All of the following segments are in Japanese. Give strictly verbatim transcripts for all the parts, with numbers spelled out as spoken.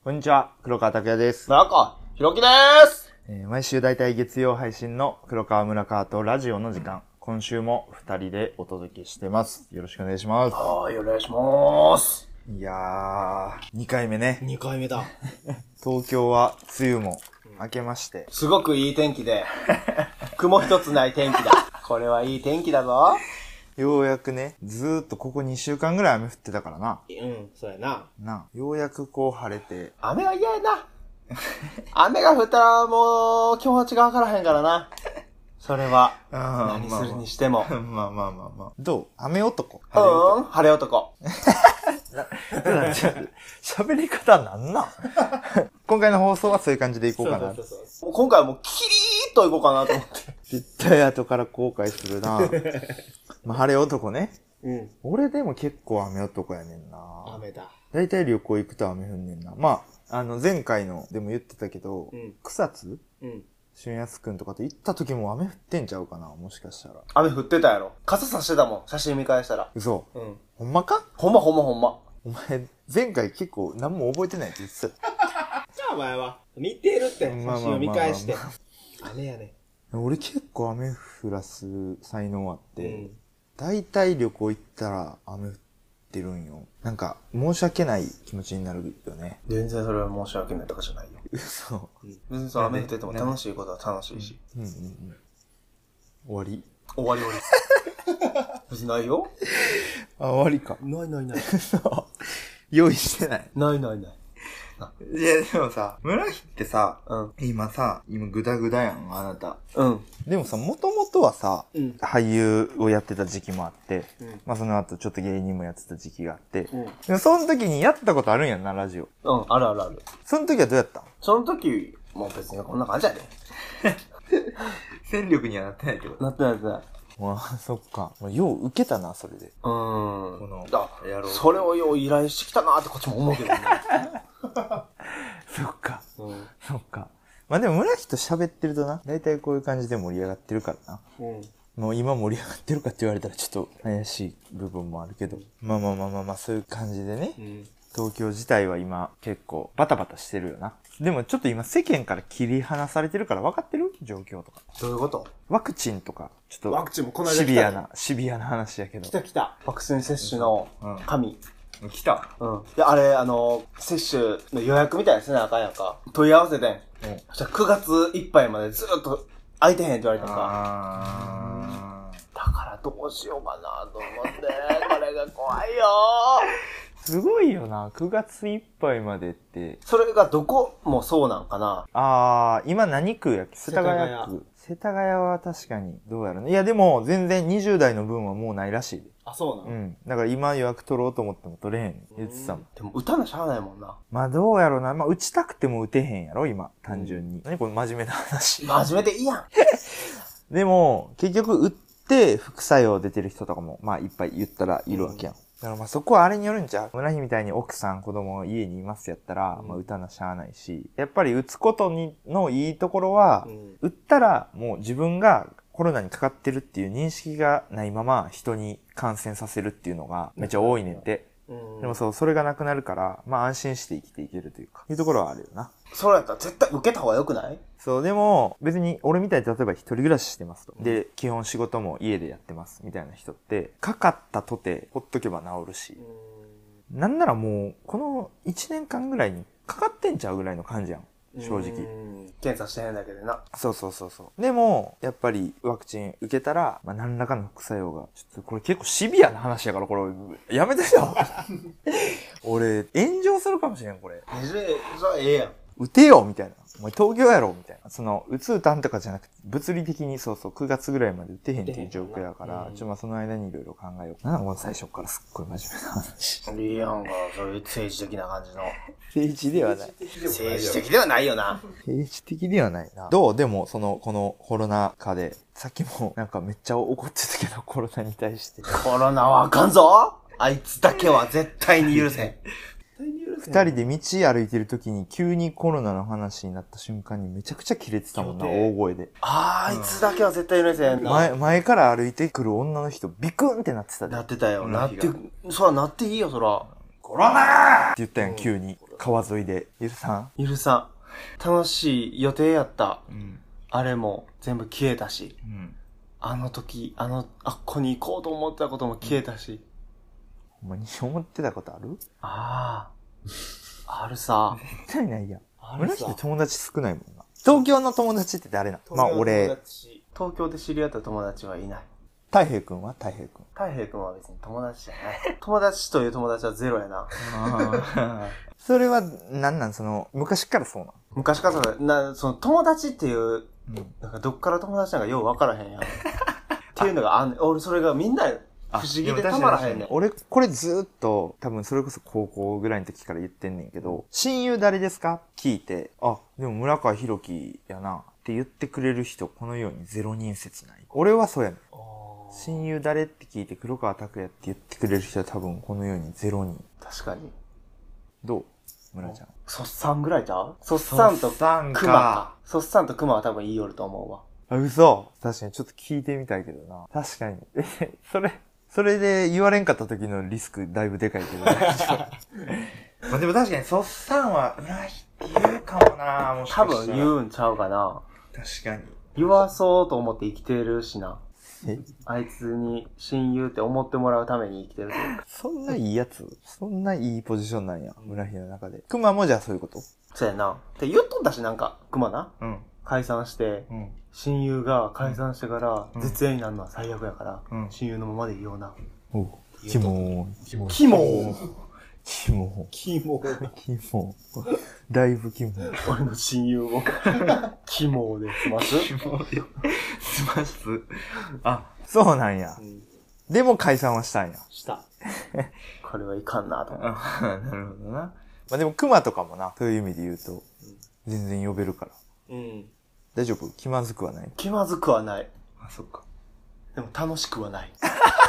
こんにちは、黒川拓也です。 村川ひろきでーす、 えー、毎週だいたい月曜配信の黒川村川とラジオの時間、今週もふたりでお届けしてます。よろしくお願いします。 はい、お願いしまーす。 いやー、にかいめね。 にかいめだ。 東京は梅雨も明けまして。 すごくいい天気で、雲一つない天気だ。これはいい天気だぞ。 ようやくね、ずーっとここにしゅうかんぐらい雨降ってたからな。 うん、そうやな。 な、ようやくこう晴れて。 雨は嫌やな。雨が降ったらもう気持ちがわからへんからな。それは、何するにしても。 まあまあまあまあまあ。どう？雨男？ うん、晴れ男。 喋り方なんなん今回の放送はそういう感じでいこうかな。 そうそうそうそう、今回はもうキリーっといこうかなと思って。 絶対後から後悔するな。まあ、晴れ男ね。 うん。 俺でも結構雨男やねんな。 雨だ。 だいたい旅行行くと雨降んねんな。まあ、あの前回のでも言ってたけど、 うん、 草津うん。 俊安くんとかと行った時も雨降ってんちゃうかな、もしかしたら。 雨降ってたやろ。傘さしてたもん、写真見返したら。 嘘。 うん。 ほんまか？ ほんまほんまほんま。 お前、前回結構何も覚えてないって言ってた。 じゃあお前は、見てるって、写真を見返して。雨やね。 俺結構雨降らす才能あって、 うん、 だいたい旅行行ったら雨降ってるんよ。なんか、申し訳ない気持ちになるよね。 全然それは申し訳ないとかじゃないよ。 嘘。 うん、別にそう、雨降ってても楽しいことは楽しいし。 うんうんうん。終わり終わり終わり。別にないよ。 あ、終わりか。 ないないない。 そう。用意してない。 ないないない。 いや、でもさ、村木ってさ、 うん、 今さ、今グダグダやん、あなた。 うん。 でもさ、もともとはさ、 うん、 俳優をやってた時期もあって、 うん、 まあその後ちょっと芸人もやってた時期があって、 うん、 でもその時にやったことあるんやんな、ラジオ。 うん、あるあるある。 その時はどうやったん？ その時、もう別にこんな感じやで。 戦力にはなってないけど。 なってないなってない。 まあ、そっか。まあ、よう受けたな、それで。 うーん。 このだやろうそれをよう依頼してきたなーってこっちも思うけどね。 そっか。 うん。 そっか。まあでも村木と喋ってるとな、だいたいこういう感じで盛り上がってるからな。 うん。 もう今盛り上がってるかって言われたらちょっと怪しい部分もあるけど。まあまあまあまあまあ、そういう感じでね。 うん。 東京自体は今結構バタバタしてるよな。でもちょっと今世間から切り離されてるから分かってる？状況とか。 どういうこと？ ワクチンとか、ちょっと。 ワクチンもこの間来たねシビアな、シビアな話やけど。 来た来た。ワクチン接種の紙。 うん、来た。 うん。で、あれ、あの、接種の予約みたいなせなあかんやんか。問い合わせてん。うん。そしたらくがついっぱいまでずっと空いてへんって言われたんか。 あー。 だからどうしようかなと思って、これが怖いよー。 すごいよな。くがついっぱいまでって。 それがどこもそうなんかな。 あー、今何区やっけ？世田谷区。世田谷は確かに、どうやろうね。いやでも、全然にじゅう代の分はもうないらしい。 あ、そうなの？ うん。だから今予約取ろうと思っても取れへん。言ってたもん。 でも打たなしゃあないもんな。 まあどうやろうな。まあ打ちたくても打てへんやろ今、単純に。うん、何この真面目な話。 真面目でいいやん。 でも、結局打って副作用出てる人とかも、まあいっぱい言ったらいるわけやん。うん、だからまあそこはあれによるんちゃう？村木みたいに奥さん子供家にいますやったら、うん、まあ打たなしゃあないし、やっぱり打つことにのいいところは、うん、打ったらもう自分がコロナにかかってるっていう認識がないまま人に感染させるっていうのがめっちゃ多いねんて。うん、でもそう、それがなくなるから、まあ安心して生きていけるというか、いうところはあるよな。 そうやったら絶対受けた方が良くない？ そう、でも、別に、俺みたいに例えば一人暮らししてますと。で、基本仕事も家でやってます、みたいな人って、かかったとて、ほっとけば治るし。なんならもう、このいちねんかんぐらいにかかってんちゃうぐらいの感じやん。正直。 検査してへんだけでな。 そうそうそうそう。でも、やっぱりワクチン受けたら、まあ、何らかの副作用が、ちょっとこれ結構シビアな話やから、これ、やめてよ。俺、炎上するかもしれん、これ。 え、それ、それええやん。 打てよみたいな。お前東京やろみたいな。その、打つ打たんとかじゃなくて、物理的にそうそう、くがつぐらいまで打てへんっていう状況やから、うん、ちょ、まあその間にいろいろ考えよう。なんだこの最初からすっごい真面目な話。 いいやんか、そういう政治的な感じの。 政治ではない。 政治的ではないよな。 政治的ではないな。どう？でも、その、このコロナ禍で、さっきもなんかめっちゃ怒ってたけど、コロナに対して。 コロナはあかんぞ！あいつだけは絶対に許せん。 二人で道歩いてる時に急にコロナの話になった瞬間にめちゃくちゃキレてたもんな、大声で。 あー、あいつだけは絶対許せんな。 前、前から歩いてくる女の人ビクンってなってたで。 なってたよ。なって、そらなっていいよ、そら。 コロナーって言ったやん、急に。 川沿いで。許さん？ 許さん。楽しい予定やった。 うん。 あれも全部消えたし。 うん。 あの時、あの、あっこに行こうと思ってたことも消えたし。 ほんまに思ってたことある？ ああ。あるさ。 絶対ないやん。 あるさ。 村木って友達少ないもんな。東京の友達って誰なの？まあ俺。 東京で知り合った友達はいない。 太平くんは太平くん。 太平くんは別に友達じゃない。友達という友達はゼロやな。 それは、なんなんその、昔からそうなの？ 昔からそうだ。な、その友達っていう、うん、なんかどっから友達なんかよう分からへんやん。っていうのがあんねん。俺それがみんな不思議でたまらへんねん。 俺、これずっと、多分それこそ高校ぐらいの時から言ってんねんけど、親友誰ですか？聞いて、あ、でも村川博樹やな。って言ってくれる人、このようにゼロ人説ない。俺はそうやねん。親友誰って聞いて黒川拓也って言ってくれる人は多分このようにゼロ人。 確かに。 どう？村ちゃん。 そっさんぐらいちゃう？そっさんと熊か。そっさんと熊は多分言いよると思うわ。 あ、嘘？確かにちょっと聞いてみたいけどな。確かに。え、それ、それで言われんかった時のリスクだいぶでかいけどね。まあでも確かにそっさんは、うらひって言うかもな。もしかしたら。 多分言うんちゃうかな。 確かに。 言わそうと思って生きてるしな。 え？ あいつに親友って思ってもらうために生きてるというか。 そんないいやつ？そんないいポジションなんや。村日の中で。熊もじゃあそういうこと？ そうやな。って言っとったしなんか、熊な。 うん。 解散して、うん、親友が解散してから、うん、絶縁になるのは最悪やから、うん、親友のままでいいような。 おう。キモー。 キモー。キモー。 キモー。 キモー。 キモー。だいぶキモー。 俺の親友を、キモーで済ますキモーで済ます。あ、そうなんや。うん、でも解散はしたんや。 した。これはいかんなと思って。 なるほどな。まあでも熊とかもな、そういう意味で言うと、全然呼べるから。うん。大丈夫？気まずくはない？ 気まずくはない。 あ、そっか。 でも楽しくはない。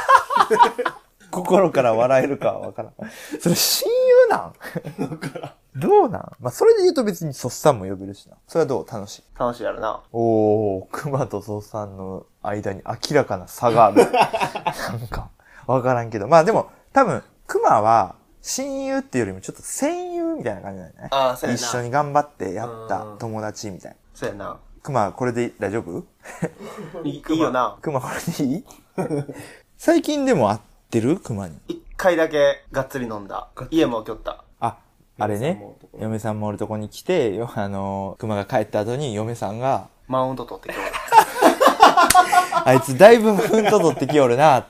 心から笑えるかはわからん。それ親友なんだから。どうなん？まあ、それで言うと別にソッさんも呼べるしな。それはどう？楽しい？ 楽しいやるな。 おー、熊とソッさんの間に明らかな差がある。なんか、わからんけど。まあでも、多分、熊は親友っていうよりもちょっと戦友みたいな感じだよね。 ああ、そうやな。 一緒に頑張ってやった友達みたいな。 そうやな。 熊、これで大丈夫？ いい、いいよな。 熊、これでいい？最近でも会ってる？熊に。 一回だけがっつり飲んだ。家も今日った。 あ、あれね。嫁さんもおるとこに来て、よ、あの、熊が帰った後に嫁さんが、 マウント取ってきよる。 あいつだいぶマウント取ってきよるなって、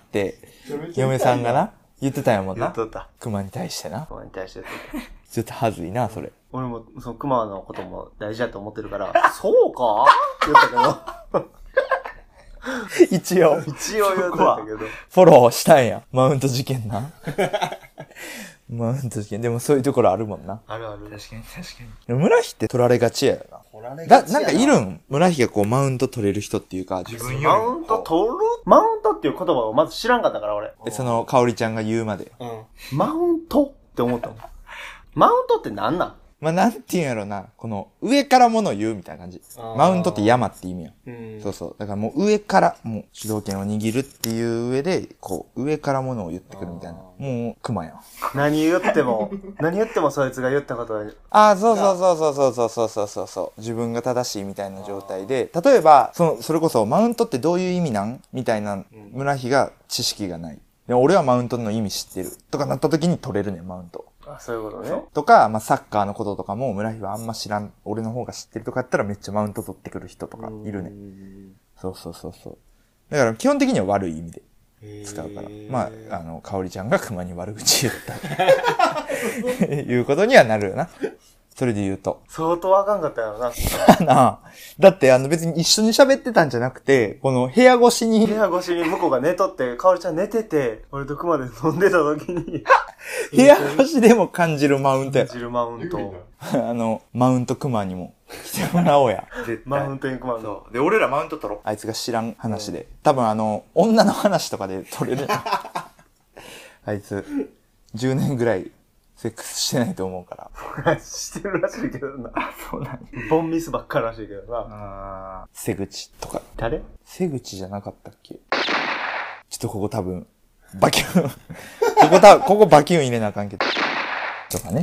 嫁さんがな、言ってたんやもんな。 言っとった。 熊に対してな。 熊に対して。 ちょっとはずいな、それ。 俺も、その熊のことも大事だと思ってるから、そうかって言ったけど。 一応。 一応言ったけど。 フォローしたんや。マウント事件な。マウント事件。でもそういうところあるもんな。 あるある。 確かに確かに。村日って取られがちやよな。取られがちやな。だ、なんかいるん？村日がこうマウント取れる人っていうか、 自分よりマウント取る？マウントっていう言葉をまず知らんかったから俺。 え、その、かおりちゃんが言うまで。 うん。マウントって思ったの。マウントってなんなん？ まあ、なんて言うんやろな。この、上からものを言うみたいな感じ。マウントって山って意味や。うん、そうそう。だからもう上から、もう主導権を握るっていう上で、こう、上からものを言ってくるみたいな。もう、熊やん。 何言っても、何言ってもそいつが言ったことは。 ああ、そうそうそうそうそうそうそうそうそう。自分が正しいみたいな状態で、例えば、その、それこそ、マウントってどういう意味なんみたいな、村日が知識がない。で俺はマウントの意味知ってる。とかなった時に取れるねん、マウント。 あ、そういうことね。 とか、まあ、サッカーのこととかも、村日はあんま知らん、俺の方が知ってるとかやったらめっちゃマウント取ってくる人とかいるね。そうそうそうそう。だから基本的には悪い意味で使うから。まあ、あの、かおりちゃんが熊に悪口言った。いうことにはなるよな。それで言うと。 相当あかんかったよな。 なあ。だってあの別に一緒に喋ってたんじゃなくて、この部屋越しに。 部屋越しに向こうが寝とって、かおりちゃん寝てて、俺と熊で飲んでた時に。 部屋越しでも感じるマウントや。 感じるマウント。 あの、マウント熊にも来てもらおうや。 マウントに熊の。 で、俺らマウント取ろう。あいつが知らん話で。多分あの、女の話とかで取れる。あいつ、じゅうねんぐらいセックスしてないと思うから。 してるらしいけどな。 そうなんボンミスばっからしいけどな。 あ瀬口とか。 誰？ 瀬口じゃなかったっけ？ちょっとここ多分、バキュン。ここた、ここバキュン入れなあかんけど。とかね。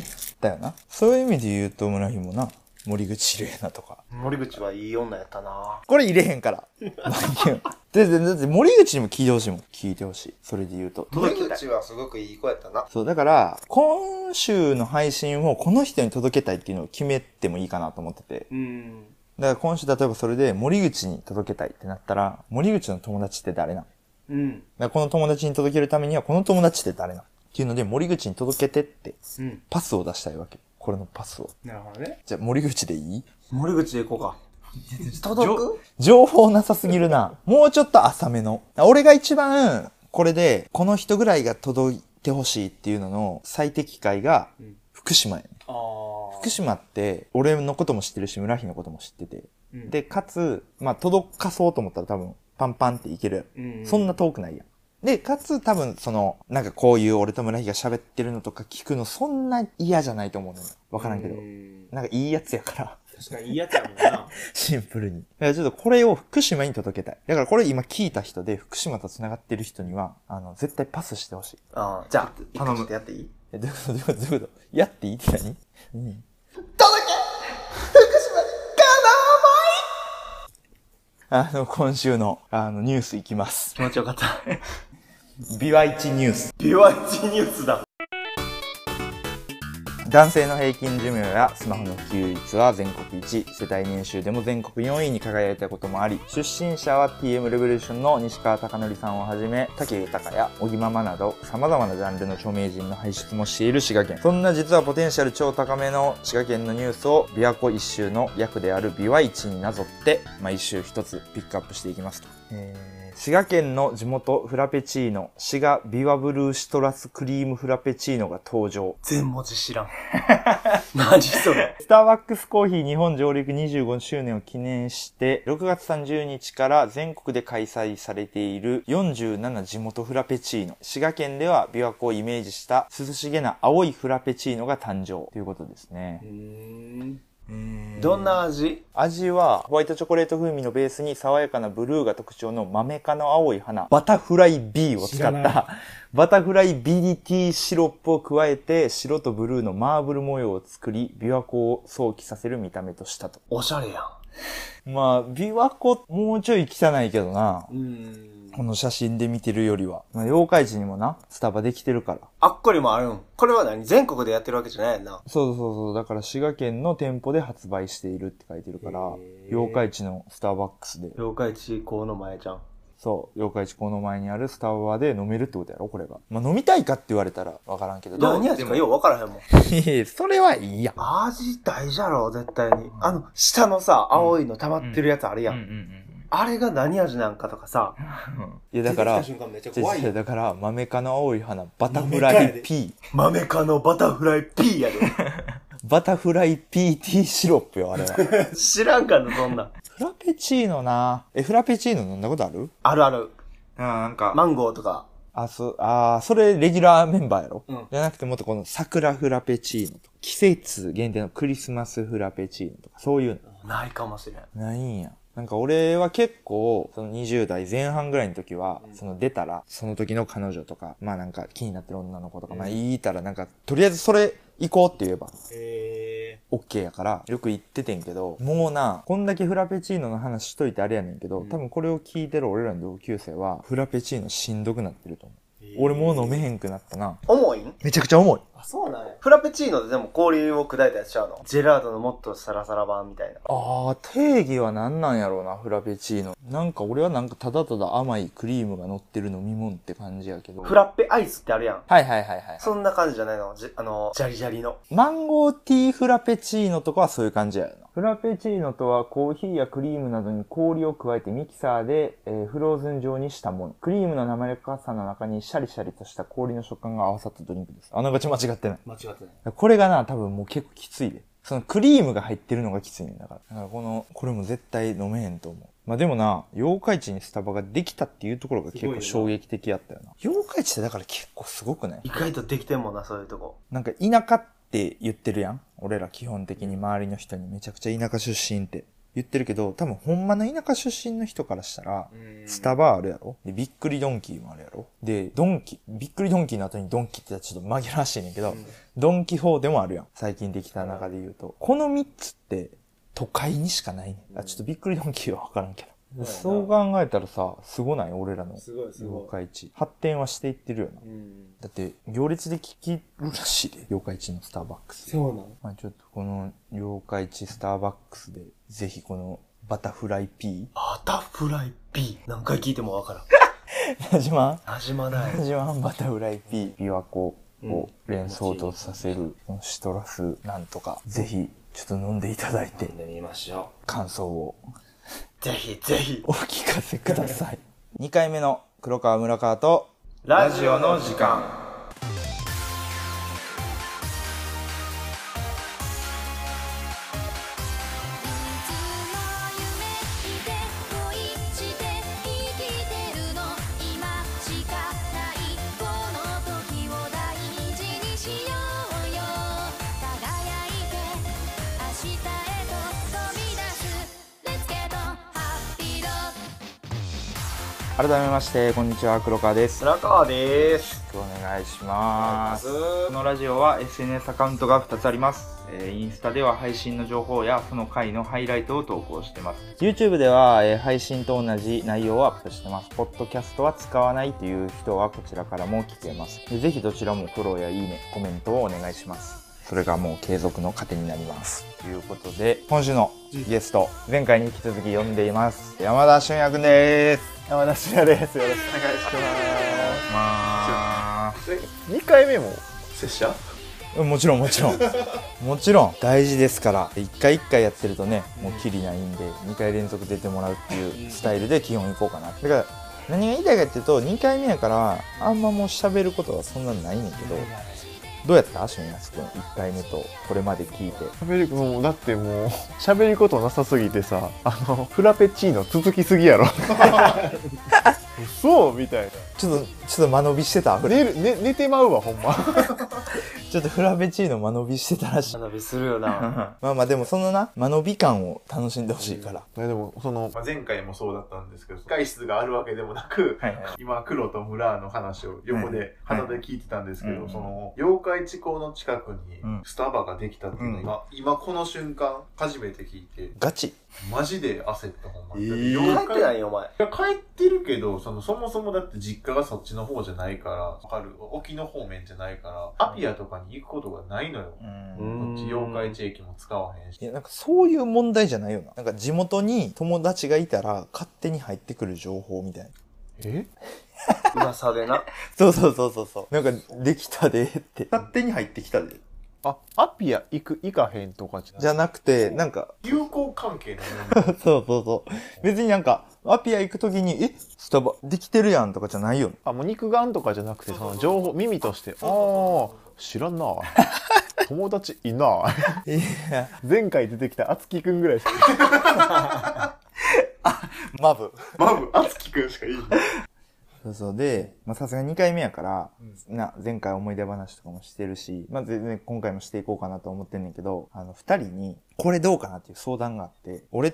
ったよな。そういう意味で言うと、村ひもな、森口玲奈とか。 森口はいい女やったな。 これ入れへんから。で、で、だって森口にも聞いてほしいもん。聞いてほしい。それで言うと。 森口はすごくいい子やったな。 そう、だから、今週の配信をこの人に届けたいっていうのを決めてもいいかなと思ってて。 うん。 だから今週例えばそれで森口に届けたいってなったら、森口の友達って誰なん？ うん。 だからこの友達に届けるためには、この友達って誰なんっていうので、森口に届けてって、パスを出したいわけ。これのパスを。 なるほどね。 じゃあ森口でいい？ 森口で行こうか。届く？ 情報なさすぎるな。もうちょっと浅めの。俺が一番、これで、この人ぐらいが届いてほしいっていうのの最適解が、福島やね、うん。福島って、俺のことも知ってるし、村木のことも知ってて。うん、で、かつ、まあ、届かそうと思ったら多分、パンパンっていける。うんうん、そんな遠くないやん。で、かつ多分、その、なんかこういう俺と村木が喋ってるのとか聞くの、そんな嫌じゃないと思うのよ。わからんけど。んなんかいいやつやから。 確かにいいやつやもんな。 シンプルに。だからちょっとこれを福島に届けたい。だからこれ今聞いた人で福島と繋がってる人には、あの、絶対パスしてほしい。 ああ、じゃあ、頼む。やっていい？ え、どういうことどういうことどういうことやっていいって何？うん。届け！福島にあの、今週の、あの、ニュースいきます。 気持ちよかった。 ビワイチニュース。 ビワイチニュースだ。 男性の平均寿命やスマホの普及率は全国いちい、世帯年収でも全国よんいに輝いたこともあり、出身者は ティーエム レボリューションの西川貴教さんをはじめ、武豊や小木ママなど様々なジャンルの著名人の輩出もしている滋賀県。そんな実はポテンシャル超高めの滋賀県のニュースを琵琶湖一周の略であるビワイチになぞって、まあ、一周一つピックアップしていきますと。えー滋賀県の地元フラペチーノ、滋賀ビワブルーシトラスクリームフラペチーノが登場。 全文字知らん。何それ。 スターバックスコーヒー日本上陸にじゅうごしゅうねんを記念して、ろくがつさんじゅうにちから全国で開催されているよんじゅうなな地元フラペチーノ。滋賀県では琵琶湖をイメージした涼しげな青いフラペチーノが誕生ということですね。うーんどんな味？ 味はホワイトチョコレート風味のベースに爽やかなブルーが特徴のマメ科の青い花バタフライ B を使ったバタフライ ビーディーティー シロップを加えて白とブルーのマーブル模様を作り琵琶湖を想起させる見た目としたと。 おしゃれやん。まあ琵琶湖もうちょい汚いけどな。 うーんこの写真で見てるよりは。まあ、妖怪地にもな、スタバできてるから。 あっこにもあるん。これは何？全国でやってるわけじゃないやんな。 そうそうそう。だから滋賀県の店舗で発売しているって書いてるから、妖怪地のスターバックスで。 妖怪地河の前じゃん。 そう。妖怪地河の前にあるスタバで飲めるってことやろこれが。まあ、飲みたいかって言われたらわからんけど。 何味かようわからへんもん。 いやそれはいいやん。 味大事やろ、絶対に。あの、下のさ、青いの溜まってるやつあるやん。うんうんうんうんあれが何味なんかとかさ。 いやだから、だから、マメ科の青い花、バタフライ P。 マメ科のバタフライ P やで。 バタフライ ピーティー シロップよ、あれは。 知らんかな、そんな。 フラペチーノなえ、フラペチーノ飲んだことある？ あるある。 あなんか。 マンゴーとか。 あ、そ、あそれレギュラーメンバーやろ、うん、じゃなくてもっとこの桜フラペチーノとか、季節限定のクリスマスフラペチーノとか、そういうの。ないかもしれん。 ないんや。なんか俺は結構、そのにじゅうだいぜん半ぐらいの時は、うん、その出たら、その時の彼女とか、まあなんか気になってる女の子とか、うん、まあ言いたらなんか、とりあえずそれ行こうって言えば、えー、OK やから、よく言っててんけど、もうな、こんだけフラペチーノの話しといてあれやねんけど、うん、多分これを聞いてる俺らの同級生は、フラペチーノしんどくなってると思う。俺もう飲めへんくなったな。 重いん？ めちゃくちゃ重い。 あ、そうなんや。フラペチーノででも氷を砕いたやつちゃうの？ジェラートのもっとサラサラ版みたいな。 ああ、定義は何なんやろうな、フラペチーノ。なんか俺はなんかただただ甘いクリームが乗ってる飲み物って感じやけど。 フラッペアイスってあるやん。 はいはいはいはい。 そんな感じじゃないの？じあの、ジャリジャリの。 マンゴーティーフラペチーノとかはそういう感じやよな。フラペチーノとはコーヒーやクリームなどに氷を加えてミキサーで、えー、フローズン状にしたもの。クリームの滑らかさの中にシャリシャリとした氷の食感が合わさったドリンクです。あながち間違ってない。 間違ってない。 これがな、多分もう結構きついで。そのクリームが入ってるのがきついねんだから。だからこの、これも絶対飲めへんと思う。まあでもな、妖怪地にスタバができたっていうところが結構衝撃的やったよな。妖怪地ってだから結構すごくない？ 意外とできてんもんな、そういうとこ。 なんか田舎って言ってるやん。俺ら基本的に周りの人にめちゃくちゃ田舎出身って。 言ってるけど、多分ほんまの田舎出身の人からしたら、スタバあるやろで、びっくりドンキーもあるやろで、ドンキ、びっくりドンキーの後にドンキって言ったらちょっと紛らわしいねんけど、うん、ドンキホーでもあるやん。最近できた中で言うと。このみっつって都会にしかないねん。あ、ちょっとびっくりドンキーはわからんけど。そう考えたらさ、すごない俺らの妖怪市。発展はしていってるよな。うん、だって、行列で聞けるらしいで、妖怪市のスターバックス。 そうなの？ まあちょっとこの妖怪市スターバックスで、ぜひこのバタフライ P。 バタフライ P？ 何回聞いてもわからん。 なじまんなじまない。 なじまんバタフライ P。琵琶湖を連想とさせる、うん、シトラスなんとか、ぜひちょっと飲んでいただいて、 飲んでみましょう。感想を。 ぜひぜひお聞かせください。にかいめの黒川村川とラジオの時間。 改めましてこんにちは、黒川です。 村川です。 お願いします。このラジオは エスエヌエス アカウントがふたつあります。えー、インスタでは配信の情報やその回のハイライトを投稿してます。YouTube では、えー、配信と同じ内容をアップしてます。ポッドキャストは使わないという人はこちらからも聞けます。でぜひどちらもフォローやいいね、コメントをお願いします。それがもう継続の糧になります。ということで、今週のゲスト、前回に引き続き呼んでいます。山田俊也くんです。 山田俊也です。よろしくお願いします。にかいめも拙者？ もちろんもちろん。もちろん大事ですから。いっかいいっかいやってるとね、もうキリないんで、にかい連続出てもらうっていうスタイルで基本行こうかな。だから何が言いたいかっていうと、にかいめやからあんまもう喋ることはそんなないねんけど、どうやった俊也くんいっかいめとこれまで聞いて。 喋りもうだってもう喋りことなさすぎてさ、あのフラペチーノ続きすぎやろ。そうみたいな。 ちょっとちょっと間延びしてた。 寝る、ね、寝てまうわほんま。 ちょっとフラペチーノ間延びしてたらしい。 間延びするよな。 まあまあでもそのな間延び感を楽しんでほしいから。 うん、でもその、まあ、前回もそうだったんですけど、回数があるわけでもなく、はいはい、今黒と村の話を横で鼻で聞いてたんですけど、はいはい、その妖怪地港の近くにスタバができたっていうのを、うん、今今この瞬間初めて聞いて。 ガチ？ マジで焦ったほんま。 えー、帰ってないよお前。いや帰ってるけど、そのそもそもだって実家がそっちの方じゃないから、わかる？沖の方面じゃないから、アピアとかに行くことがないのよ。うん、こっち妖怪地域も使わへんし。 いやなんかそういう問題じゃないよな。なんか地元に友達がいたら勝手に入ってくる情報みたいな。 え？ 噂でな。 そうそうそうそうそう。なんかできたでって。勝手に入ってきたで。 あ、アピア行く、行かへんとかじゃじゃなくて、なんか。 友好関係のね。そうそうそう。別になんか、アピア行くときに、えスタバできてるやんとかじゃないよ。 あ、もう肉眼とかじゃなくて、その情報、耳として、ああ、知らんな。友達いない。いや。前回出てきたあつきくんぐらいしかいない。 あ、マブ。 マブ、あつきくんしかいい。 そうそうで、まあさすがにかいめやから、うん、な、前回思い出話とかもしてるし、まあ全然今回もしていこうかなと思ってんねんけど、あの、二人に、これどうかなっていう相談があって、俺って、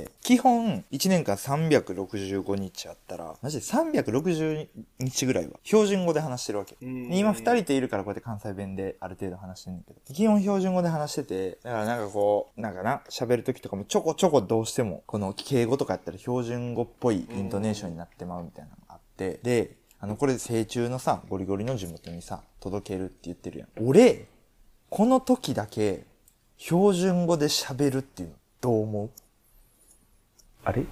基本、いちねんかんさんびゃくろくじゅうごにちあったら、マジでさんびゃくろくじゅうにちぐらいは、標準語で話してるわけ。今二人といるからこうやって関西弁である程度話してんねんけど、基本標準語で話してて、だからなんかこう、なんかな、喋るときとかもちょこちょこどうしても、この敬語とかやったら標準語っぽいイントネーションになってまうみたいなのがあって、で、あの、これ、成虫のさ、ゴリゴリの地元にさ、届けるって言ってるやん。俺、この時だけ、標準語で喋るっていうの、どう思う？ あれ？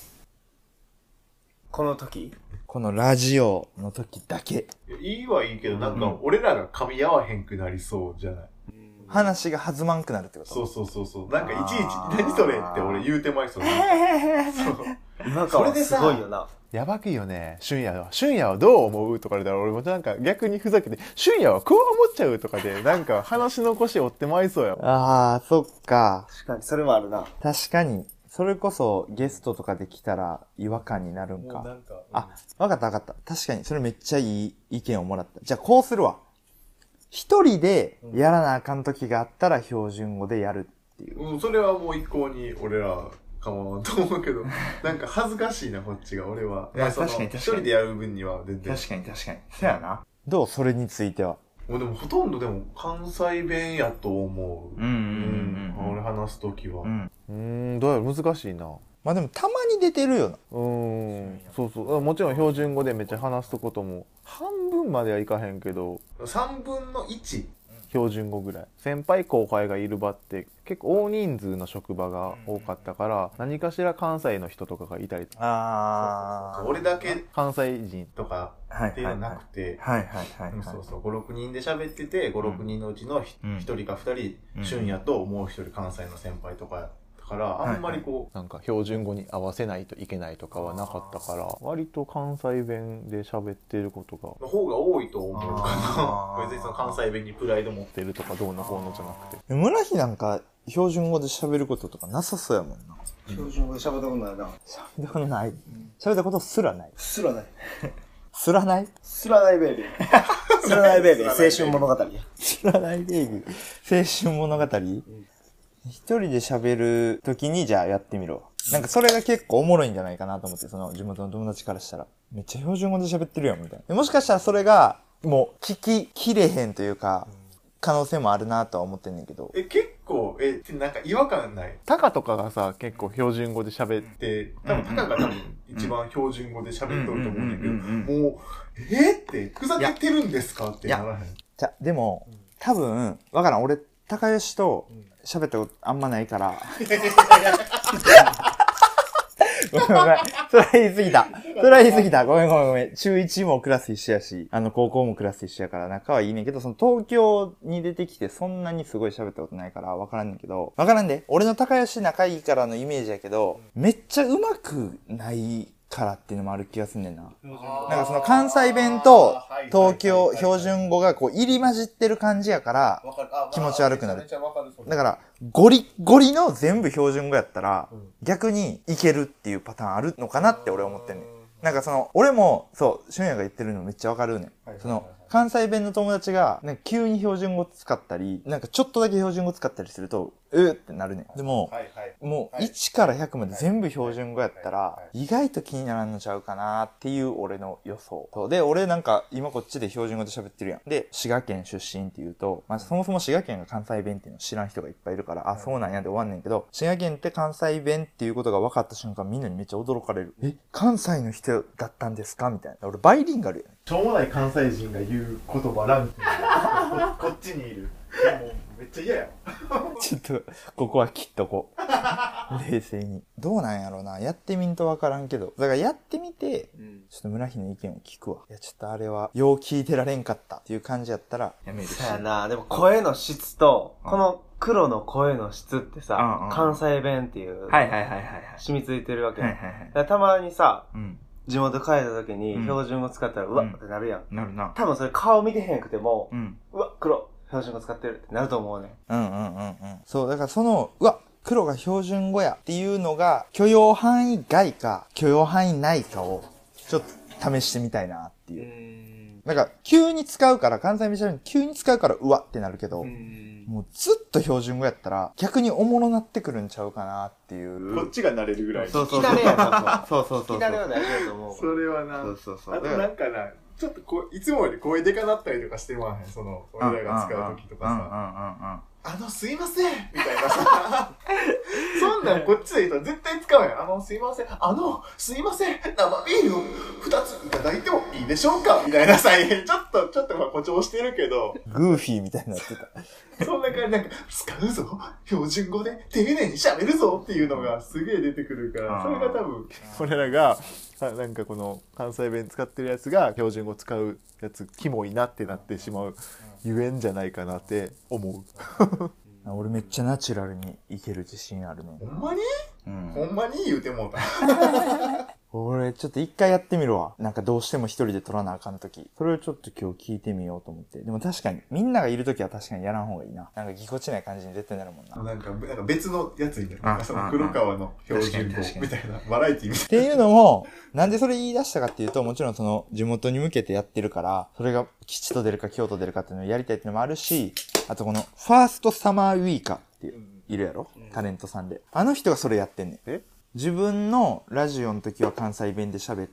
この時？ このラジオの時だけ。 いいはいいけど、なんか、俺らが噛み合わへんくなりそうじゃない？うん、 話が弾まんくなるってこと？ そうそうそうそう。なんか、いちいち、何それって俺言うてまいそう。そう。 今からすごいよな。 やばくいよね、俊也は。俊也はどう思うとか言ったら、俺もなんか逆にふざけて、俊也はこう思っちゃうとかで、なんか話の腰折ってまいそうやもん。 ああ、そっか。 確かに、それもあるな。 確かに。それこそゲストとかで来たら違和感になるんか。なんかうん、あ、わかったわかった。確かに、それめっちゃいい意見をもらった。じゃあこうするわ。一人でやらなあかん時があったら標準語でやるっていう。 うん、それはもう一向に俺らかもと思うけど、なんか恥ずかしいな、こっちが、俺は。 いや、確かに確かに。 一人でやる分には全然。 確かに確かに。そうやな。どうそれについては。 もうでもほとんどでも関西弁やと思う。 うんうんうん、 うん。俺話すときは。 うん。うん、どうやら難しいな。 まあでもたまに出てるよな。 うーん。そうそう。もちろん標準語でめっちゃ話すとことも、半分まではいかへんけど。 さんぶんのいち。 標準語ぐらい。先輩後輩がいる場って結構大人数の職場が多かったから、何かしら関西の人とかがいたりとか。 ああ。俺だけ関西人とかっていうのなくて、 はいはいはい。 そうそう、ご、ろくにんで喋ってて、ご、ろくにんのうちのひとりかふたり、俊也ともうひとり関西の先輩とかから、あんまりこう、 なんか標準語に合わせないといけないとかはなかったから、割と関西弁で喋ってることがの方が多いと思うかな。別にその関西弁にプライド持ってるとかどうのこうのじゃなくて。 村木なんか標準語で喋ることとかなさそうやもんな。 標準語で喋ったことないな。 喋ったことない。喋ったことすらない。 すらない。 すらないすらないベイビー。すらないベイビー。青春物語。 すらないベイビー。青春物語、うん一人で喋るときにじゃあやってみろ。なんかそれが結構おもろいんじゃないかなと思って、その地元の友達からしたら。めっちゃ標準語で喋ってるやん、みたいな。もしかしたらそれが、もう聞ききれへんというか、可能性もあるなとは思ってんねんけど。 え、結構、え、なんか違和感ないタカとかがさ、結構標準語で喋って、 多分タカが多分一番標準語で喋っとると思うんだけど、もう、えって、ふざけてるんですかってならへん。 じゃ、でも、多分、わからん、俺、高吉と、喋ったことあんまないから。ごめんごめん。それは言い過ぎた。それは言い過ぎた。ごめんごめんごめん。中いちもクラス一緒やし、あの高校もクラス一緒やから仲はいいねんけど、その東京に出てきてそんなにすごい喋ったことないからわからんねんけど、わからんで。俺の高吉仲いいからのイメージやけど、めっちゃ上手くないからっていうのもある気がすんねんな。なんかその関西弁と東京標準語がこう入り混じってる感じやから気持ち悪くなる。だからゴリゴリの全部標準語やったら逆にいけるっていうパターンあるのかなって俺は思ってんねん。なんかその俺もそう俊也が言ってるのめっちゃわかるねん。その関西弁の友達がなんか急に標準語使ったりなんかちょっとだけ標準語使ったりするとうーってなるねん。でも、はいはい、もういちからひゃくまで全部標準語やったら意外と気にならんのちゃうかなっていう俺の予想。そうで俺なんか今こっちで標準語で喋ってるやん。で滋賀県出身っていうと、まあ、そもそも滋賀県が関西弁っていうのを知らん人がいっぱいいるからあそうなんやで終わんねんけど滋賀県って関西弁っていうことが分かった瞬間みんなにめっちゃ驚かれる。え関西の人だったんですかみたいな。俺バイリンガルやねん。 しょうもない関西人が言う言葉ランキングこ, こっちにいる。もうめっちゃ嫌や。 ちょっとここは切っとこう。冷静に。どうなんやろうな。やってみんとわからんけど。だからやってみて、うん、ちょっと村木の意見を聞くわ。いやちょっとあれはよう聞いてられんかったっていう感じやったらやめるし。 そうやな。でも声の質と、うん、この黒の声の質ってさ、うんうん、関西弁っていう、 はいはいはいはい、 染みついてるわけ。はいはいはい、たまにさ、うん地元帰った時に標準語使ったら、うん、うわってなるやん。 なるな。 多分それ顔見てへんくても、うん、うわ、黒、標準語使ってるってなると思うね。 うんうんうんうん。そう、だからその、うわ、黒が標準語やっていうのが許容範囲外か許容範囲内かをちょっと試してみたいなっていう。うなんか急に使うから、関西弁喋る急に使うからうわってなるけど、もうずっと標準語やったら逆におもろなってくるんちゃうかなっていう。 こっちが慣れるぐらい。 そうそうそう。そうそうそう。 そう慣れは大事だと思う。それはな。そうそうそう。あとなんかな、ちょっとこう、いつもより声でかなったりとかしてまへん。その、俺らが使う時とかさ。あの、すいませんみたいなさ。そんなんこっちで言うと絶対使うやん。あの、すいません。あの、すいません。生ビールを二ついただいてもいいでしょうかみたいなさ、ちょっと、ちょっとまあ誇張してるけど。 グーフィーみたいになってた。 そんな感じなんか、使うぞ標準語で丁寧に喋るぞっていうのがすげえ出てくるから、それが多分。 俺らが、なんかこの関西弁使ってるやつが標準語使うやつキモいなってなってしまうゆえんじゃないかなって思う。 俺めっちゃナチュラルにいける自信あるね。 ほんまに、うん、ほんまに言うてもうた。 俺ちょっと一回やってみるわ。なんかどうしても一人で撮らなあかんとき。それをちょっと今日聞いてみようと思って。でも確かに、みんながいるときは確かにやらん方がいいな。なんかぎこちない感じに絶対なるもんな。 なんか、なんか別のやつにね。なんかその黒川の標準語みたいな、バラエティみたいな。 っていうのも、なんでそれ言い出したかっていうと、もちろんその地元に向けてやってるから、それが吉と出るか京都出るかっていうのをやりたいっていうのもあるし、あとこの、ファーストサマーウイカっていう、いるやろ、うん、タレントさんで。あの人がそれやってんねん。 え自分のラジオの時は関西弁で喋って、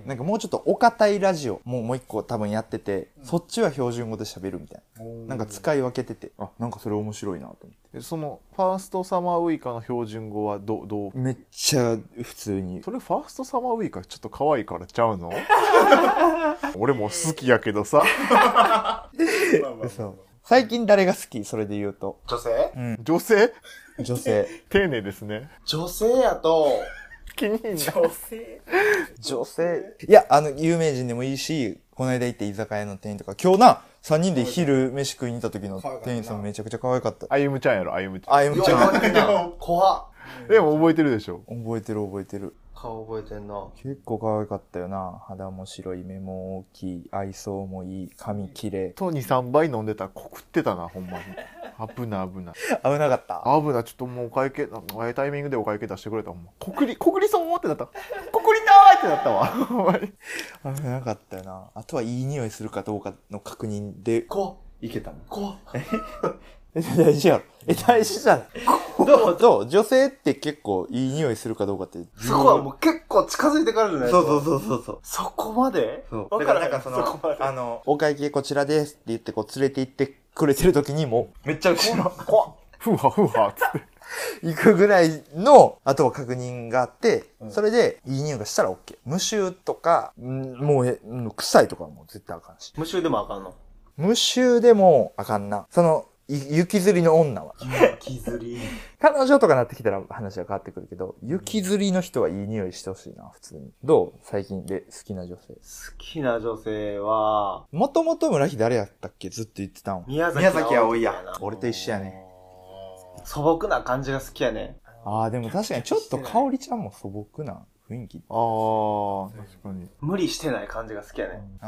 なんかもうちょっとお堅いラジオ、もうもう一個多分やってて、うん、そっちは標準語で喋るみたいな。なんか使い分けてて、あ、なんかそれ面白いなと思って。 その、ファーストサマーウイカの標準語はど、どうめっちゃ普通に。 それファーストサマーウイカちょっと可愛いからちゃうの俺も好きやけどさ。 そう最近誰が好きそれで言うと。 女性うん。 女性女性。 丁寧ですね。 女性やと、 気に入る女性女性いや、あの、有名人でもいいし、この間行って居酒屋の店員とか、今日な、三人で昼飯食いに行った時の店員さんめちゃくちゃ可愛かった。 あゆむちゃんやろ、あゆむちゃん。 あゆむちゃん。 怖っ。 でも覚えてるでしょ。 覚えてる覚えてる。 顔覚えてんな。 結構可愛かったよな。肌も白い、目も大きい、愛想もいい、髪綺麗。 とに、さんばい飲んでたら告ってたな、ほんまに。危ない危ない。 危なかった危ない。ちょっともうお会計、あえタイミングでお会計出してくれた。ほんま。国立、国立そうってなった。国立たーってなったわ。ほんまに。 危なかったよな。あとはいい匂いするかどうかの確認で。 こいけたの。 こえ、大事やろ。え、大事じゃん。どうどう女性って結構いい匂いするかどうかって。 そこはもう結構近づいてからじゃないそうそうそうそうそう。 そこまでそう。わからん。なんかその、そあの、お会計こちらですって言ってこう連れて行ってくれてる時にもう、めっちゃ後ろ、怖っ。 ふわふわつって。 行くぐらいの、あとは確認があって、うん、それでいい匂いがしたら OK。無臭とか、んもうえ、臭いとかはもう絶対あかんし。 無臭でもあかんの？ 無臭でもあかんな。その、雪吊りの女は。 雪吊り。 彼女とかなってきたら話は変わってくるけど、雪吊りの人はいい匂いしてほしいな、普通に。どう最近で好きな女性。好きな女性は、 もともと村木誰やったっけずっと言ってたん。 宮崎葵や。 俺と一緒やね。 素朴な感じが好きやね。 ああ、でも確かにちょっと香織ちゃんも素朴な雰囲気。 ああ、確かに。 無理してない感じが好きやね。 うん。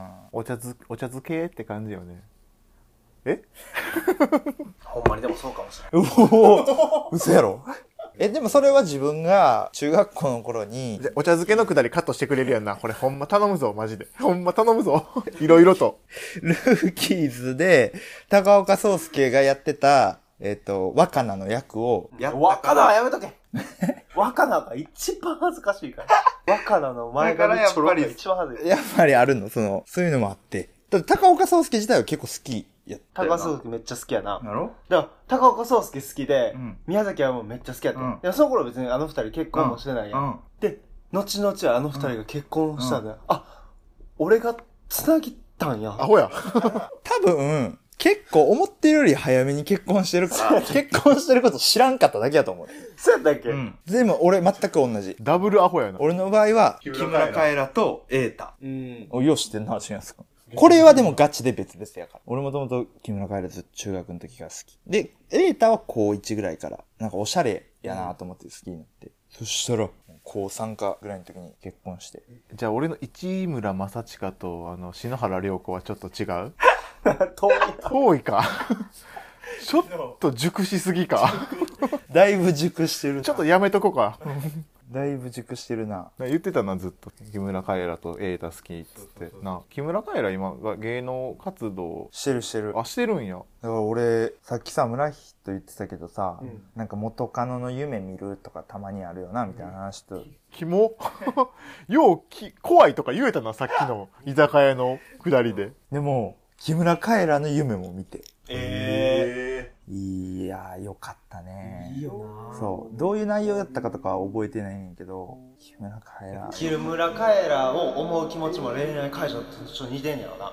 お茶漬け、お茶漬けって感じよね。えほんまにでもそうかもしれない。 うお嘘やろえ、でもそれは自分が中学校の頃に。 お茶漬けのくだりカットしてくれるやんな。これほんま頼むぞ、マジで。ほんま頼むぞ。いろいろと。 ルーキーズで、高岡壮介がやってた、えっと、若菜の役を。 や若菜はやめとけ若菜が一番恥ずかしいから。若菜の前髪ちょろが一番恥ずい。 やっぱりあるのその、そういうのもあって。だって高岡壮介自体は結構好き。 高岡壮介めっちゃ好きやな。 なろだから、高岡壮介好きで、 うん、 宮崎はもうめっちゃ好きやった。うん、いや、その頃別にあの二人結婚もしてないやん。うん、で、後々あの二人が結婚したんだよ。うん、あ、俺が繋ぎたんや。 アホや。 多分、結構思ってるより早めに結婚してるから、結婚してること知らんかっただけやと思う。 そうやったっけ、 うん、でも俺全く同じ。 ダブルアホやな。 俺の場合は、木村カエラと瑛太。 うん。 をよう知ってんな、違いますか。これはでもガチで別々やから。俺もともと木村カエラずっと中学の時から好き。で、瑛太は高いちぐらいから、なんかおしゃれやなと思って好きになって。そしたら、高さんかぐらいの時に結婚して。 じゃあ俺の市村正親と、あの、篠原涼子はちょっと違う遠い。 遠いか。ちょっと熟しすぎか。 だいぶ熟してる。 ちょっとやめとこうか。 だいぶ熟してるな。 言ってたな、ずっと。木村カエラと瑛太好きっつって。な、木村カエラ今、芸能活動。 してるしてる。 あ、してるんや。だから俺、さっきさ、村木と言ってたけどさ、うん、なんか元カノの夢見るとかたまにあるよな、みたいな話と。 キモようき、怖いとか言えたな、さっきの居酒屋の下りで。 でも、木村カエラの夢も見て。 ええー。いやー、よかったね。 いいよな。 そう。どういう内容だったかとかは覚えてないねんけど、木村カエラ。 木村カエラを思う気持ちも恋愛解消とちょっと似てんねやろな。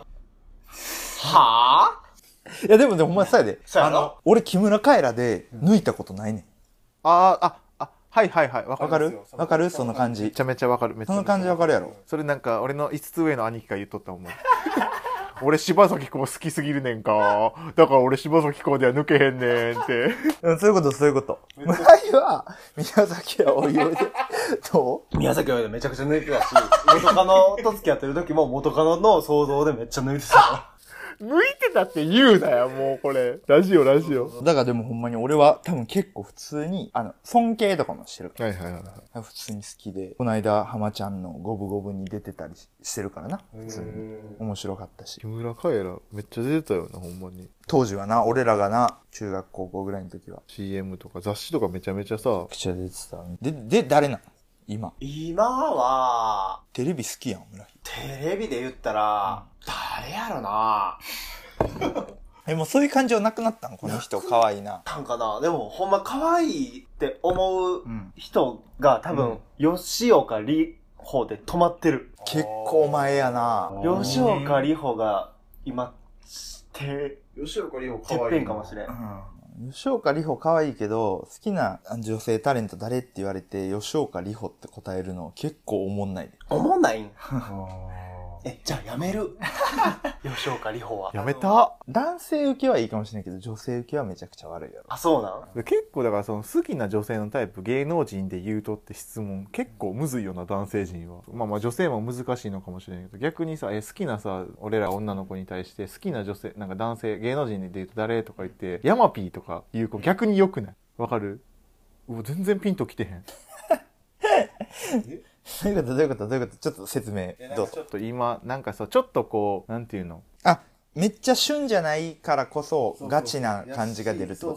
はぁいや、でもでもほんまそうやで。 そうやろ？ あの、俺木村カエラで抜いたことないねん。 あー、あ、あ、はいはいはい。わかるわかるその感じ。 めちゃめちゃわかる。めっちゃその感じわかるやろ。 それなんか、俺のいつつ上の兄貴が言っとった思う。俺柴咲コウ好きすぎるねんか。だから俺柴咲コウでは抜けへんねんって。 うん、そういうこと、そういうこと。前は、宮崎はおいおいで、どう宮崎はおいでめちゃくちゃ抜いてたし、元カノと付き合ってる時も元カノの想像でめっちゃ抜いてた。 向いてたって言うなよ、もうこれ。ラジオ、ラジオ。 だからでもほんまに俺は多分結構普通に、あの、尊敬とかもしてるから。 はいはいはい。 普通に好きで、この間、浜ちゃんのゴブゴブに出てたりしてるからな。普通に。面白かったし。 木村カエラ、めっちゃ出てたよな、ほんまに。 当時はな、俺らがな、中学高校ぐらいの時は。 シーエム とか雑誌とかめちゃめちゃさ。 めちゃ出てた。で、で、誰なん今。 今は、 テレビ好きやん、村木。 テレビで言ったら、誰やろなえ、もうそういう感情なくなったのこの人、可愛いな。 なんかなでも、ほんま可愛いって思う人が多分、吉岡里帆で止まってる。 結構前やな。 吉岡里帆が今、て、 吉岡里帆てっ可愛い。 ぺんかもしれん。 吉岡里帆可愛いけど、好きな女性タレント誰って言われて、吉岡里帆って答えるの結構おもんないで。 おもんないんえ、じゃあやめる。吉岡里帆は。 やめた。 男性受けはいいかもしれないけど、女性受けはめちゃくちゃ悪いやろ。 あ、そうなん結構だからその好きな女性のタイプ、芸能人で言うとって質問結構むずいよな、男性陣は。まあまあ女性も難しいのかもしれないけど、逆にさ、え、好きなさ、俺ら女の子に対して好きな女性、なんか男性、芸能人で言うと誰とか言って、ヤマピーとか言う子逆に良くない？わかる？うわ、全然ピンときてへん。 どういうことどういうことどういうことちょっと説明どうぞ。 ちょっと今、なんかさ、ちょっとこう、なんていうの？ あ、めっちゃ旬じゃないからこそガチな感じが出るってこと？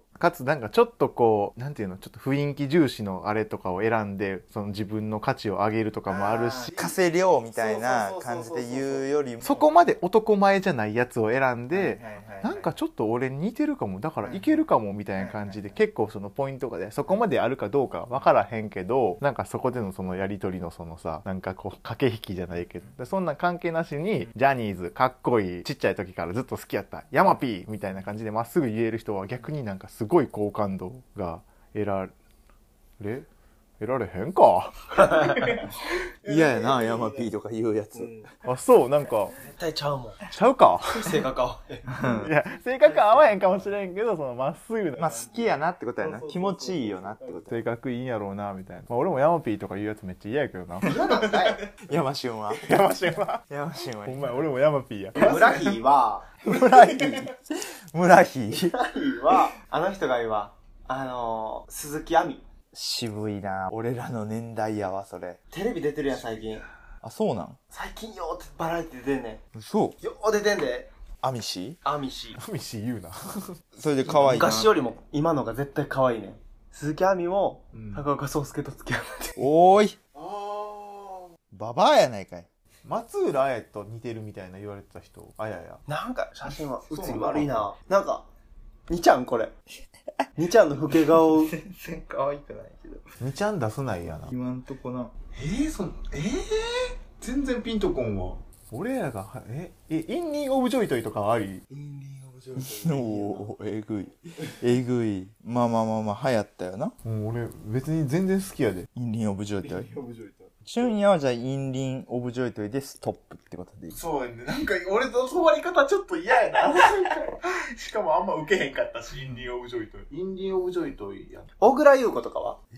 かつなんかちょっとこう、なんていうの、ちょっと雰囲気重視のあれとかを選んで、その自分の価値を上げるとかもあるし、 稼量みたいな感じで言うよりも、 そこまで男前じゃないやつを選んで、なんかちょっと俺に似てるかも、だからいけるかもみたいな感じで、結構そのポイントがで、そこまであるかどうかわからへんけど、なんかそこでのそのやりとりのそのさ、なんかこう駆け引きじゃないけど、でそんな関係なしに、ジャニーズかっこいい、ちっちゃい時からずっと好きやった、ヤマピーみたいな感じでまっすぐ言える人は逆になんかすごい好感度が得られ、得られへんか。 嫌やな、ヤマピーとか言うやつ。 あ、そう、なんか、 絶対ちゃうもん。 ちゃうか。 性格合わへん。 いや、性格合わへんかもしれんけど、そのまっすぐな。 まあ好きやなってことやな。気持ちいいよなってことや。 性格いいんやろうな、みたいな。まあ俺もヤマピーとか言うやつめっちゃ嫌やけどな。 ヤマシュンはヤマシンは。 ヤマシュンはほんまや、俺もヤマピーや。 村木は、 村木村木村木は、あの人が言うわ。あのー、鈴木亜美。 渋いな。俺らの年代やわ、それ。 テレビ出てるやん、最近。 あ、そうなん？ 最近よーってバラエティ出てんねそん。よー出てんで。 うアミシアミシ。 アミシー言うな。 それで可愛いな。 昔よりも今のが絶対可愛いねん。鈴木亜美も、 うん高岡壮介と付き合って。 おーい。 あババアやないかい。 松浦綾と似てるみたいな言われてた人、あやや。 なんか写真は写り悪いな。なんか、にちゃんこれ。にちゃんの老け顔。 全然可愛くないけど。 にちゃん出すないやな。 今んとこな。 えー、そえー、全然ピンとこんわ。 俺らが、え、え、インリン・オブ・ジョイトイとかあり？ おー、えぐい。えぐい。まあまあまあまあ、流行ったよな。 もう俺、別に全然好きやで。 インリン・オブ・ジョイトイ。 オブジョイト。 春夜はじゃあ、インリン・オブ・ジョイトイでストップってことでいい？ そうやね。なんか、俺の止まり方ちょっと嫌やな。しかもあんま受けへんかったし、インディン・オブ・ジョイトイ。インディン・オブ・ジョイトイやん。 小倉優子とかは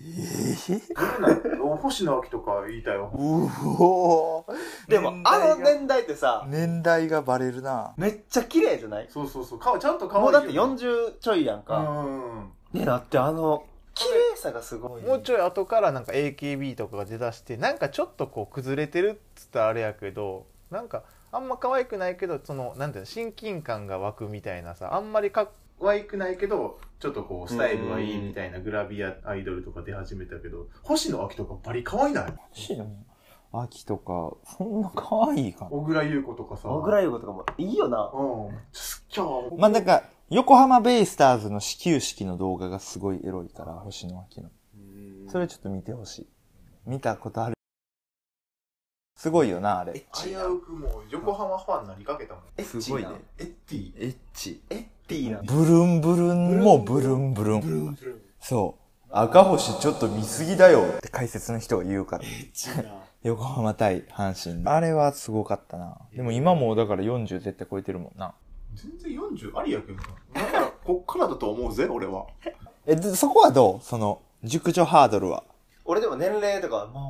星野秋とか言いたよ。 うおー。 でも、あの年代ってさ、 年代がバレるな。 めっちゃ綺麗じゃないそうそうそう。顔ちゃんと可愛いよ。 もうだってよんじゅうちょいやんうか。 ん。 ね、だってあの、綺麗さがすごい。 もうちょい後からなんか エーケービー とかが出だして、なんかちょっとこう崩れてるっつったらあれやけど、なんかあんま可愛くないけど、その、なんていうの、親近感が湧くみたいなさ、あんまりかっ可愛くないけど、ちょっとこう、スタイルはいいみたいなグラビアアイドルとか出始めたけど、星野秋とかバリ可愛いない？ 星野秋とか、そんな可愛いかな。 小倉優子とかさ。 小倉優子とかもいいよな。 うん。すっきゃー。 まあ、なんか、横浜ベイスターズの始球式の動画がすごいエロいから、星野秋の。それちょっと見てほしい。見たことある。すごいよな、あれ。 危うくもう横浜ファンになりかけたもん。 すごいね。 エッティ。 エッチ。 えっていいな。 ブルンブルンもブルンブルン。そう。赤星ちょっと見すぎだよって解説の人が言うから。横浜対阪神。あれはすごかったな。でも今もだからよんじゅう絶対超えてるもんな。 全然よんじゅうありやけどな。だから、こっからだと思うぜ、俺は。 え、でそこはどうその、熟女ハードルは。 俺でも年齢とかはもう、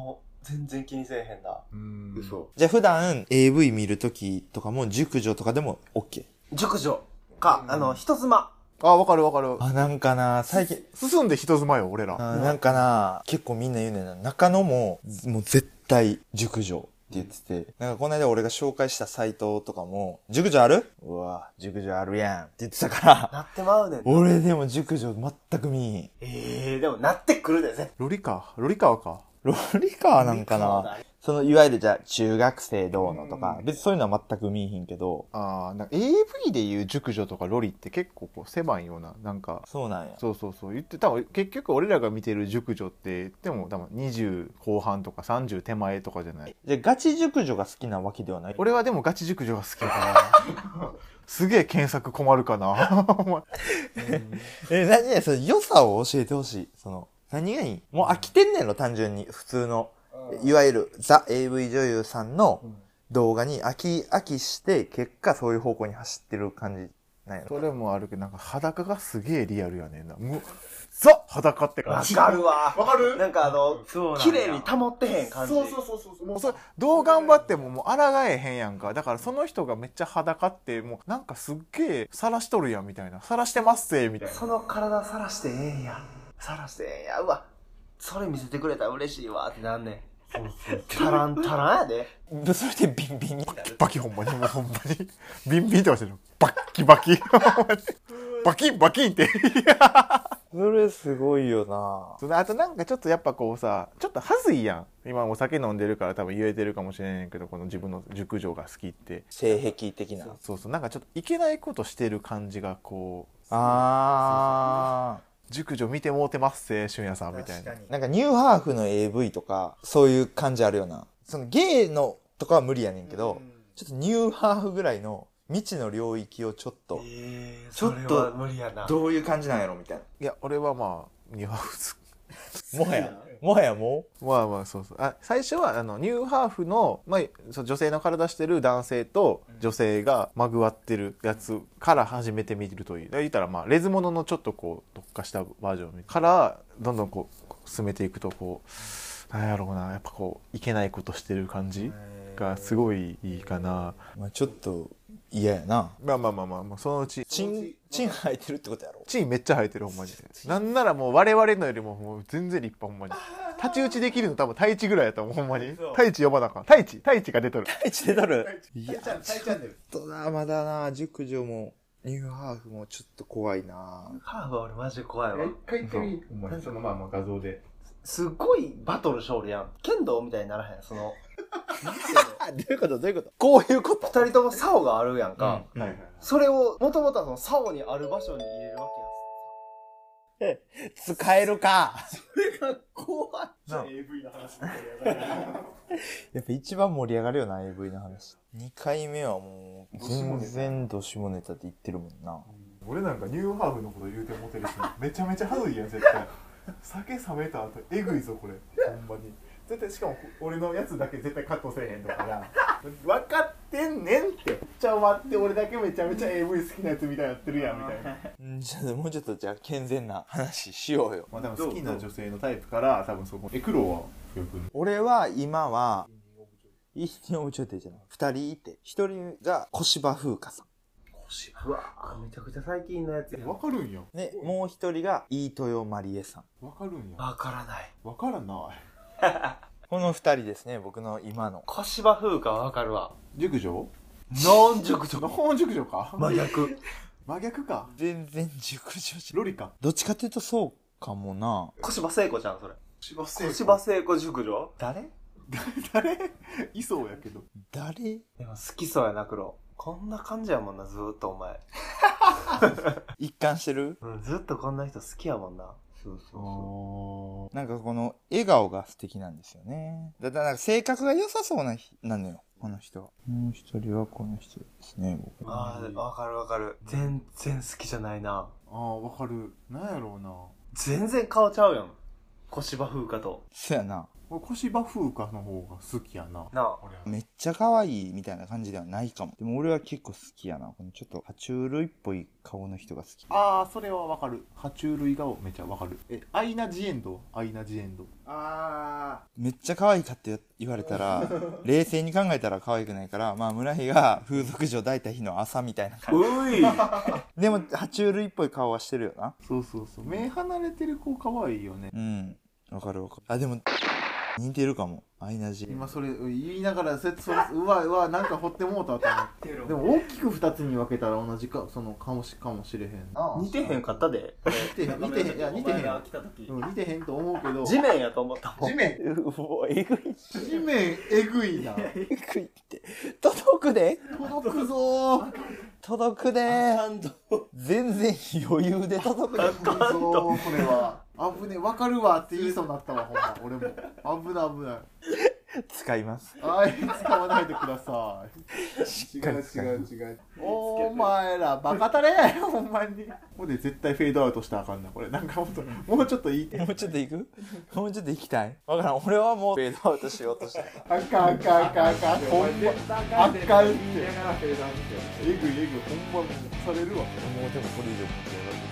全然気にせえへんな。 うん。 嘘。 じゃあ普段 エーブイ 見るときとかも熟女とかでも OK？ 熟女か、あの、人妻。 あ、わかるわかる。 あ、なんかな、最近。 進んで人妻よ、俺ら。 あなんかな、結構みんな言うねんな。中野も、もう絶対熟女って言ってて。なんかこの間俺が紹介したサイトとかも、熟女ある？うわ、熟女あるやんって言ってたから。 なってまうねん。 俺でも熟女全く見えへん。 ええー、でもなってくるでね。 ロリか。ロリカーか。 ロリカーなんかな。その、いわゆるじゃあ、中学生どうのとか、別にそういうのは全く見えへんけど。 ああ、なんか エーブイ で言う熟女とかロリって結構こう狭いような、なんか。 そうなんや。 そうそうそう。言って、多分結局俺らが見てる熟女って、言っても多分にじゅう後半とかさんじゅう手前とかじゃない。 じゃあ、ガチ熟女が好きなわけではない？ 俺はでもガチ熟女が好きだから。すげえ検索困るかな。 え、何や、その良さを教えてほしい。その、何がいい？もう飽きてんねんの、単純に。普通の。いわゆるザ・ エーブイ 女優さんの動画に飽き飽きして結果そういう方向に走ってる感じなんやろ。 それもあるけどなんか裸がすげえリアルやねんな。もうザ裸って感じ。 わかるわ。 わかる？ なんかあの、綺麗に保ってへん感じ。 そうそうそうそう。 もうそれどう頑張ってももう抗えへんやんか。だからその人がめっちゃ裸ってもうなんかすっげえ晒しとるやんみたいな。晒してますぜみたいな。 その体晒してええんや。晒してええんや。うわ、それ見せてくれたら嬉しいわってなんねん。そうそうそう。タランタランやで。 それでビンビンになる。 バキほんまにもうほんまにビンビンってましたよ。バッキバキバキンバキンってそれすごいよな。 あとなんかちょっとやっぱこうさちょっと恥ずいやん。今お酒飲んでるから多分言えてるかもしれないけどこの自分の熟女が好きって性癖的な。 そうそうなんかちょっといけないことしてる感じがこうあー熟女見てもうてますせ俊也さんみたいな。 なんかニューハーフの エーブイ とかそういう感じあるよな。そのゲイのとかは無理やねんけど、ちょっとニューハーフぐらいの未知の領域をちょっと、 えー、 ちょっと無理やな。 どういう感じなんやろみたいな。 いや俺はまあニューハーフもはやもはやもうまあまあそうそうあ最初はあのニューハーフの、まあ、そう女性の体してる男性と女性がまぐわってるやつから始めてみるという言ったらまあレズモノのちょっとこう特化したバージョンからどんどんこう進めていくとこうなんやろうなやっぱこういけないことしてる感じがすごいいいかな。 まあちょっと嫌やな。 まあまあまあまあ、まあ、そのうちチンチン生えてるってことやろ。 チンめっちゃ生えてるほんまに。なんならもう我々のよりももう全然立派ほんまに。太刀打ちできるの多分太一ぐらいやと思うほんまに。太一呼ばなあかん。太一太一が出とる。 太一出とる。いやタイチャンネル。 ちょっとなまだな熟女もニューハーフもちょっと怖いな。 ハーフは俺マジで怖いわ。 一回行ってみ。ほんまにそのまあまあ画像で。 すっごいバトル勝利やん。剣道みたいにならへん。その、 どういうことどういうことこういうこと二人とも竿があるやんか。 うんはいはい。 それを、もともとはその竿にある場所に入れるわ使えるか。 けやん。それが怖い。 じゃあ エーブイ の話だよ。 やっぱ一番盛り上がるよな エーブイ の話。にかいめはもう全然どしもネタって言ってるもんな。 俺なんかニューハーフのこと言うてもてるしめちゃめちゃ恥ずいやん絶対。酒冷めた後えぐいぞこれほんまに。絶対しかも俺のやつだけ絶対カットせえへんとから分かってんねんってちゃ待って俺だけめちゃめちゃ エーブイ 好きなやつみたいになってるやんみたいな。 んじゃあもうちょっとじゃあ健全な話しようよ。 まあ多分好きな女性のタイプから多分そこエクロはよく俺は今はインディオブチョーテじゃないふたりいてひとりが小芝風花さんうわめちゃくちゃ最近のやつや。 分かるんやでもうひとりが飯豊まりえさん。 分かるんやわからない。 分からないこのふたりですね僕の今の。 小芝風花はわかるわ。 熟女ノン熟女。 ノン熟女か真逆。 真逆か全然熟女じゃん。 ロリかどっちかっていうとそうかもな。 小芝聖子ちゃんそれ。 芝小芝聖子熟女誰誰いそうやけど誰でも好きそうやな黒。こんな感じやもんなずーっとお前。 一貫してる。 うんずっとこんな人好きやもんな。そうそうそなんかこの笑顔が素敵なんですよね。だからなんか性格が良さそうなひなのよこの人は。もう一人はこの人ですね僕。 う。ああわかるわかる。全然好きじゃないな。 ああ分かるなんやろうな全然顔ちゃうやん。小芝風花と。 そやな。 俺小芝風花の方が好きやな。 なあ。 めっちゃ可愛いみたいな感じではないかも。でも俺は結構好きやな。このちょっと爬虫類っぽい顔の人が好き。 ああ、それはわかる。爬虫類顔めっちゃわかる。え、アイナ・ジ・エンドアイナ・ジ・エンド。 あー。めっちゃ可愛いかって言われたら、冷静に考えたら可愛くないから、まあ村井が風俗嬢抱いた日の朝みたいな感じ。 ういでも爬虫類っぽい顔はしてるよな。 そうそうそう。目離れてる子可愛いよね。 うん。わかるわかる。あ、でも、似てるかも。アイナ・ジ。 今それ言いながらそれそれうわうわなんか掘ってもうたと思ってでも大きく二つに分けたら同じかそのかもしかもしれへんな。 似てへんかったで。 似てへん似てへんいや似てへんお前が来た時うん似てへんと思うけど地面やと思ったもん。 地面うお、えぐい。 地面えぐいな。 えぐいって。届くで届くぞー。 届くでー。全然余裕で届くで。 届くぞーこれは。危ねえ分かるわって言いそうになったわほんま俺も危ない危ない。 使います。 はい使わないでください。違うしっかり使い違う違う。お前らバカたれほんまに。ほんで絶対フェードアウトしたらあかんなこれ。なんかもっともうちょっといいって。 もうちょっと行くもうちょっと行きたいわからん。俺はもうフェードアウトしようとした。 あかんあかんあかんあかんほんまあかんってえぐいえぐいほんまされるわ。 もうでもこれ以上盛り上がる。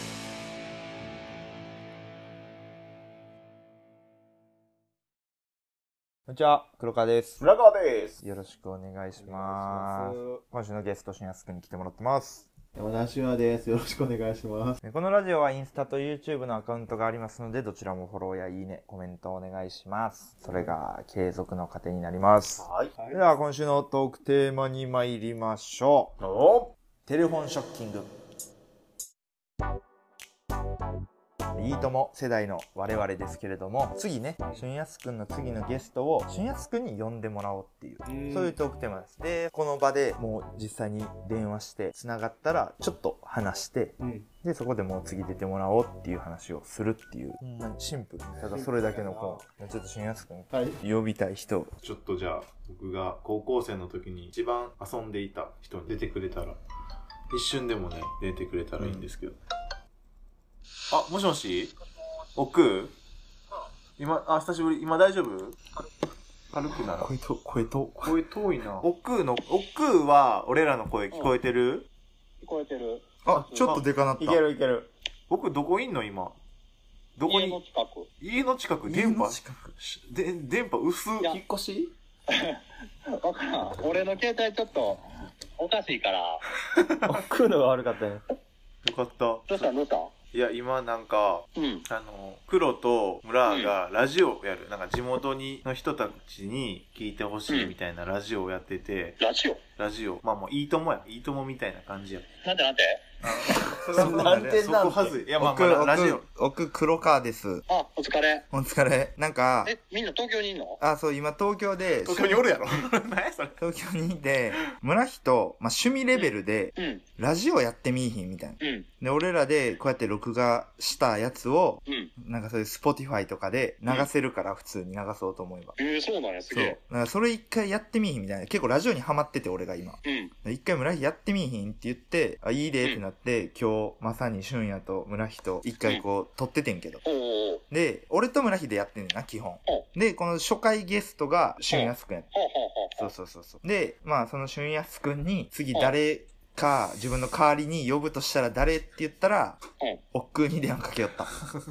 こんにちは、黒川です。 村川です。 よろしくお願いします。今週のゲスト、しんやすくんに来てもらってます。 山田しわです。よろしくお願いします。 このラジオはインスタと YouTube のアカウントがありますので、どちらもフォローやいいね、コメントお願いします。それが継続の糧になります。 はい。 では、今週のトークテーマに参りましょう。 おテレフォンショッキング。いいとも世代の我々ですけれども、次ね、しゅんやすくんの次のゲストをしゅんやすくんに呼んでもらおうっていう、そういうトークテーマです。で、この場でもう実際に電話して繋がったらちょっと話して、うん、で、そこでもう次出てもらおうっていう話をするっていう、うん、シンプル。ただそれだけのこう、ちょっとしゅんやすくん、はい、呼びたい人。 ちょっとじゃあ、僕が高校生の時に一番遊んでいた人に出てくれたら、一瞬でもね、出てくれたらいいんですけど。うん、あ、もしもし奥今、あ、久しぶり。今大丈夫軽くなら。 声と、声と。 声遠いな。奥の、奥は俺らの声聞こえてる？ 聞こえてる。 あ、ちょっとでかなった。 いけるいける。 僕どこいんの今。どこに？ 家の近く。 家の近く電波で、電波薄。 引っ越しわからん。俺の携帯ちょっとおかしいから。奥のが悪かったね。 よかった。どうしたどうしたいや、今なんか、うん、あの、黒と村がラジオをやる。うん、なんか地元にの人たちに聞いてほしいみたいなラジオをやってて。 ラジオラジオ。まあもういいともや。いいともみたいな感じや。 なんでなんでなんてそこはずい。いや、まあまあラジオ。 奥黒川です。 あ、お疲れ。 お疲れ。なんか。 え、みんな東京にいんの？ あ、そう、今東京で。 東京におるやろ何やそれ。 東京にいて、村人、まあ趣味レベルで、 うん、 ラジオやってみいひんみたいな。 うん、 で、俺らでこうやって録画したやつを、 うん、 なんかそういうスポティファイとかで流せるから、普通に流そうと思えば。 えー、そうなんや、すげえ。 そう。だからそれ一回やってみいひんみたいな。結構ラジオにハマってて、俺が今。 うん。 一回村ひやってみいひんって言って、あ、いいでってなって、今日、まさに俊也と村ひと一回こう、撮っててんけど。で、俺と村ひでやってんねんな、基本。で、この初回ゲストが俊也すくんや。そうそうそうそう。で、まあその俊也すくんに、次誰か自分の代わりに呼ぶとしたら誰って言ったら、億劫に電話かけよった。 ど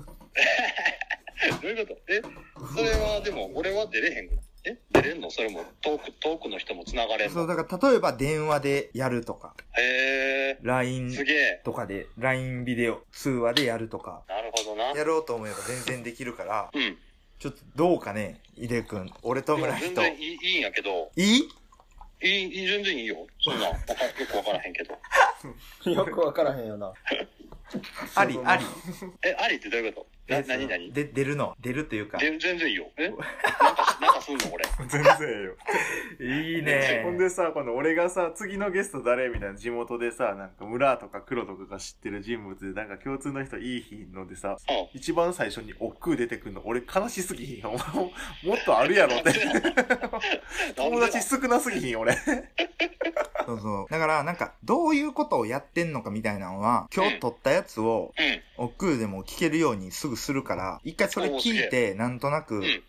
ういうこと？え、それはでも俺は出れへん。え出れんの？それも遠く、遠くの人も繋がれんの？ そう、だから例えば電話でやるとか。 へー。 ラインすげえ。 とかで、ライン ビデオ、通話でやるとか。 なるほどな。 やろうと思えば全然できるから。 うん。 ちょっとどうかね、井出くん。俺と村人。 全然いい、いいんやけど。 いいいい、いい、全然いいよ。そんな、よくわからへんけど。よくわからへんよな。 あり、あり。 え、ありってどういうこと？な、なになに？ で、出るの。出るっていうか。 全然いいよ。えなんか、なんかすんの俺。 全然よ。 いいね。 ほんでさ、この俺がさ、次のゲスト誰みたいな地元でさ、なんか村とか黒とかが知ってる人物で、なんか共通の人いい日のでさ、一番最初に億劫出てくんの、俺悲しすぎひん。お前も、もっとあるやろって。友達少なすぎひん、俺。 そうそう。だから、なんか、どういうことをやってんのかみたいなのは、今日撮ったやつを、億劫でも聞けるようにすぐするから、一回それ聞いて、なんとなく、あ、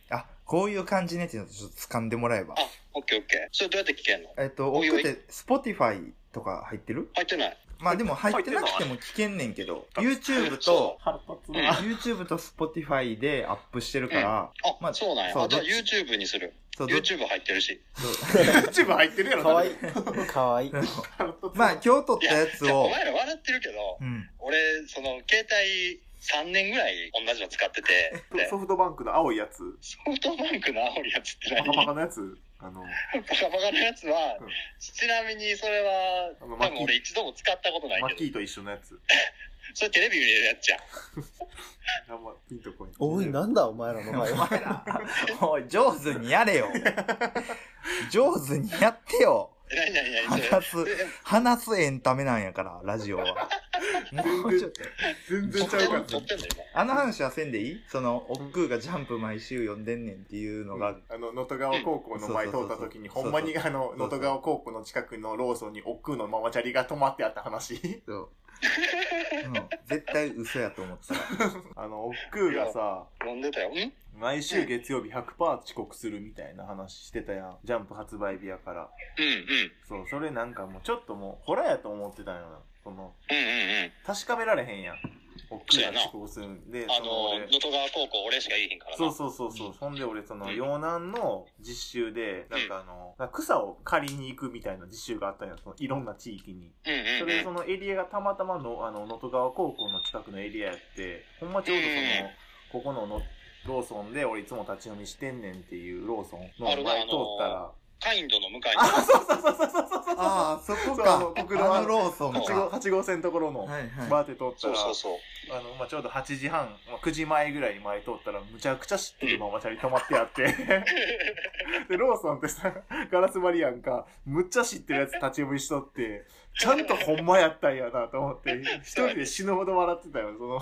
こういう感じねっていうのをちょっと掴んでもらえば。 あ、オッケーオッケー。それどうやって聞けんの？ えっと、僕って Spotify とか入ってる？ 入ってない。 まあでも入ってなくても聞けんねんけど、YouTube と、YouTube と Spotify でアップしてるから、うん、 あ、まあ、そうなんや。あ、じゃあ YouTube にする。YouTube 入ってるし。 YouTube 入ってるやろ。 かわいい。かわいい。 まあ今日撮ったやつを。 お前ら笑ってるけど、うん、俺、その、携帯さんねんぐらい同じの使ってて。 ソフトバンクの青いやつ。 ソフトバンクの青いやつって何？ パカパカのやつあの、 パカパカのやつは、うん、ちなみにそれは、多分俺一度も使ったことないけど。 マッキーと一緒のやつ。 それテレビ見れるやつじゃん。 あんまピンとこい。 おい、なんだお前らの前は。 お前ら。おい、上手にやれよ。上手にやってよ。 なになになに話す、話すエンタメなんやから、ラジオは。もうちょっと。 全然ちゃうから。 あの話はせんでいい？その、おっくーがジャンプ毎週読んでんねんっていうのが。うん、 あの、能登川高校の前通った時に、ほんまにあの、能登川高校の近くのローソンにおっくーのママチャリが止まってあった話。そう。 うん、絶対嘘やと思ってた。 あの、おっくーがさ、 飲んでたよ。ん毎週月曜日 ひゃくパーセント 遅刻するみたいな話してたやん。ジャンプ発売日やから。 うんうん。 そう、それなんかもうちょっともう、ホラーやと思ってたんよな。その、 うんうんうん。 確かめられへんやん。おっくーが遅刻するんで、 あの、能登川高校俺しか言えへんからな。 そうそうそうそう。そんで俺その、洋南の実習で、なんかあの、なんか草を借りに行くみたいな実習があったんや。その、いろんな地域に。 うんうんうん。 それでそのエリアがたまたまの、あの、能登川高校の近くのエリアやって、ほんまちょうどその、ここのの、ローソンで俺いつも立ち読みしてんねんっていうローソンの前通ったら、 カインドの向かいに。 あ、そうそうそうそうそうそう。 ああ、そこか。 そう、国道あのローソンか。はち号線のところの、 はいはい、 バーって通ったら、 そうそうそう。 あの、まあ、ちょうどはちじはん、まあ、くじまえぐらいに前通ったら、むちゃくちゃ知ってるママチャリ止まってあって。で、ローソンってさ、ガラス張りやんか、むっちゃ知ってるやつ立ち読みしとって、ちゃんとほんまやったんやなと思って、一人で死ぬほど笑ってたよ、その。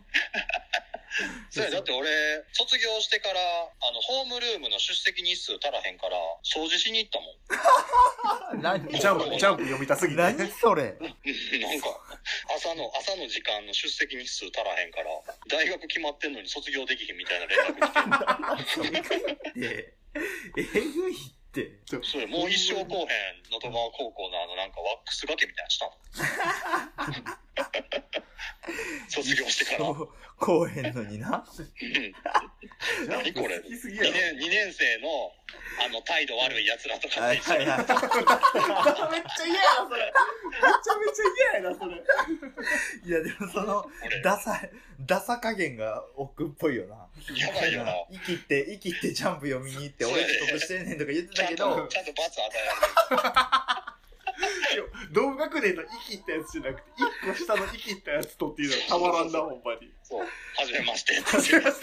そうや、だって俺、卒業してから、あの、ホームルームの出席日数足らへんから、掃除しに行ったもん。 何ジャンプ、ジャンプ読みたすぎて。 何それなんか、朝の、朝の時間の出席日数足らへんから、大学決まってんのに卒業できひんみたいな連絡来て。 えぐいって。 そうや、もう一生こうへん、能登川高校のあの、なんかワックスがけみたいなしたもん。卒業してから。 こうへんのにな。 何これ ?に 年、二年生の、あの、態度悪い奴らとか。 はいはいはい。めっちゃ嫌やな、それ。めちゃめちゃ嫌やな、それ。 いや、でもその、ダサ、ダサ加減が奥っぽいよな。 やばいよな。 生きて、生きてジャンプ読みに行って、俺遅刻してんねんとか言ってたけど。 ちゃんと罰与えられる。 同学年の生きったやつじゃなくて、一個下の生きったやつとっていうのはたまらんな、ほんまに。 そう。はじめまして。 はじめまして。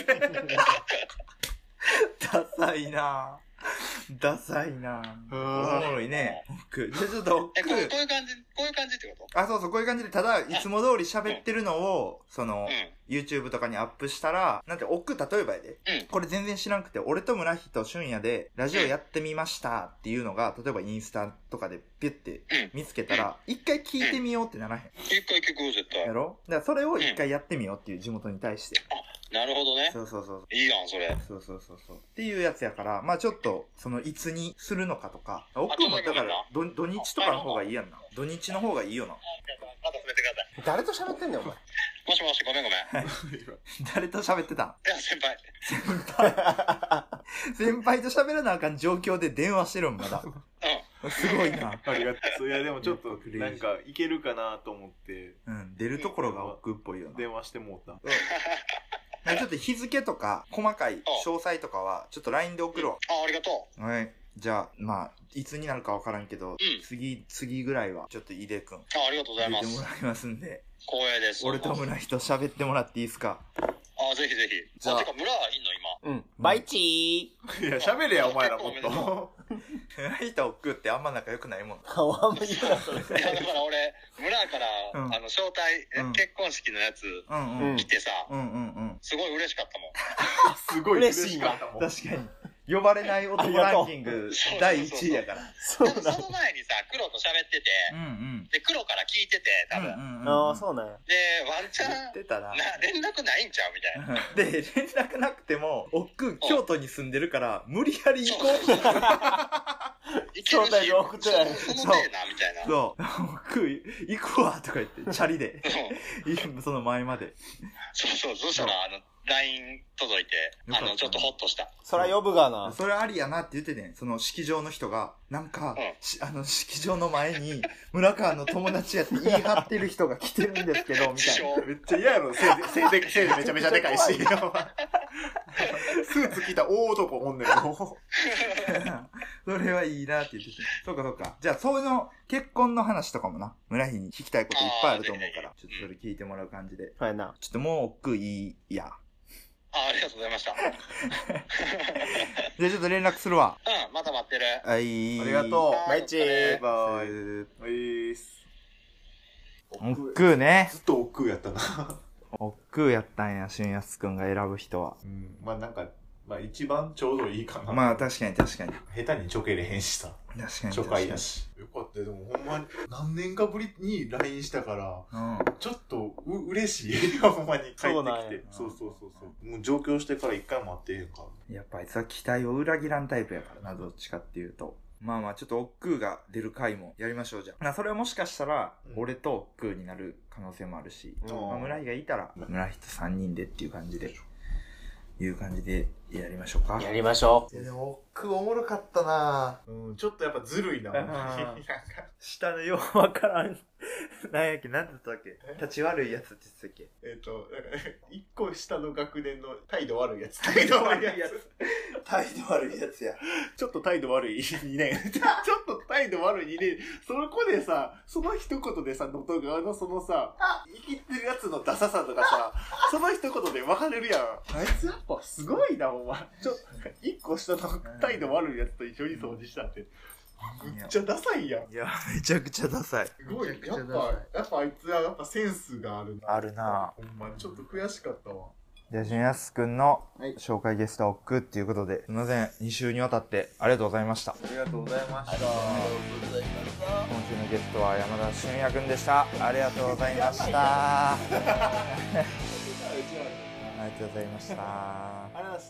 ダサいなダサいなおもろいね。僕。じゃあちょっと、 え、こういう、こういう感じ、こういう感じってこと？ あ、そうそう、こういう感じで、ただ、いつも通り喋ってるのを、その、うん、YouTube とかにアップしたら、なんて、奥、例えばやで、うん、これ全然知らんくて、俺と村木と俊也で、ラジオやってみましたっていうのが、例えばインスタとかでピュって見つけたら、一回聞いてみようってならへん。 一回聞くよ、絶対。 やろ？だからそれを一回やってみようっていう地元に対して。 なるほどね。 そうそうそう。 いいやん、それ。 そうそうそうそう。っていうやつやから、まあちょっと、その、いつにするのかとか。奥も、だから、土日とかの方がいいやんな。土日の方がいいよな。 また詰めてください。 誰と喋ってんねん、お前。 もしもし、ごめんごめん。 誰と喋ってたん？ いや、先輩。 先輩。先輩と喋らなあかん状況で電話してるん、まだ。うん。すごいな。 ありがとう。いや、でもちょっと、なんか、いけるかなと思って。 うん、出るところが奥っぽいよな。 電話してもうた。うん。 ちょっと日付とか、細かい詳細とかは、ちょっと ライン で送るわ。 あ、ありがとう。はい。じゃあ、まあ、いつになるかわからんけど、 うん、 次、次ぐらいは、ちょっと井出くん。あ、 ありがとうございます。 出てもらいますんで。 光栄です。 俺と村人喋ってもらっていいですか？ あ、ぜひぜひ。じゃあ、てか村いんの今。 うん。バイチー。いや、喋れや、お前らもっと。 村人を食うってあんま仲良くないもん。 あんま言うな、それ。 いや、だから俺、村から、うん、あの、招待、うん、結婚式のやつ、うんうん、来てさ、 うんうんうん、 すごい嬉しかったもん。 すごい嬉しいな。 確かに。 呼ばれない男ランキングだいいちいやから。 そうだ。その前にさ、黒と喋ってて、うんうん、で、黒から聞いてて、多分。 うんうん、ああ、そうなんや。 で、ワンチャン、 てたな連絡ないんちゃうみたいな。 で、連絡なくても、おっくん、京都に住んでるから、無理やり行こうって。 行けるし、送ってない。その手な、みたいな。 そう。おっくん、行くわ、とか言って、チャリで。その前まで。 そうそう、そしたら、あの、ライン 届いて、あの、ちょっとホッとした。 そら呼ぶがな。 それありやなって言ってね、その式場の人が、なんか、うん、あの、式場の前に、村川の友達やって言い張ってる人が来てるんですけど、みたいな。 めっちゃ嫌やろ、せいで、せいで、せいでめちゃめちゃでかいし。スーツ着た大男おんねんよ。 それはいいなって言ってて。そうかそうか。じゃあ、そういうの、結婚の話とかもな、村日に聞きたいこといっぱいあると思うから、ちょっとそれ聞いてもらう感じで。 はいな。 ちょっともう、おっくいいや。 あ、ありがとうございました。 じゃあちょっと連絡するわ。 うん、また待ってる。 はい。 ありがとう。 バイチー。 バイバイ。バイス。 おっくね。 ずっとおっくやったな。 おっくやったんや、俊安くんが選ぶ人は。 うん。まあなんか、まあ一番ちょうどいいかな。 まあ確かに確かに。 下手にちょけれへんしさ。 確かに確かに。 初回やし。よかったよ。でもほんまに何年かぶりに ライン したから、うん、ちょっとう嬉しい。ほんまに帰ってきて。そうそうそうそう。もう上京してから一回も会ってへんから。 やっぱあいつは期待を裏切らんタイプやからな、どっちかっていうと。まあまあちょっとおっくうが出る回もやりましょうじゃあ。それはもしかしたら、俺とおっくうになる可能性もあるし、うん、まあ、村井がいたら、村井とさんにんでっていう感じで。いう感じでやりましょうか。 やりましょう。 でも、おっくおもろかったなぁ。うん、ちょっとやっぱずるいな。なんか下のようわからん。なんやっけ、なんだったっけ立ち悪いやつって言ってたっけえっと、一個下の学年の態度悪いやつ。態度悪いやつ。 態度悪いやつや。 ちょっと態度悪いにねん。ちょっと態度悪いにねん。そこでさ、その一言でさ、のと側のそのさ、生きてるやつのダサさとかさ、その一言で分かれるやん。あいつやっぱすごいな、お前。ちょっと、一個下の態度悪いやつと一緒に掃除したって。めっちゃダサいやん。 いや、めちゃくちゃダサい。 すごい。やっぱ、やっぱあいつはやっぱセンスがあるな。 あるなほんまにちょっと悔しかったわ。 じゃあ、じゅんやすくんの紹介ゲストはおっくっていうことで、すみません、に週にわたってありがとうございました。 ありがとうございました。ありがとうございました。 今週のゲストは山田俊也くんでした。ありがとうございました。ありがとうございました。 ありがとうございました。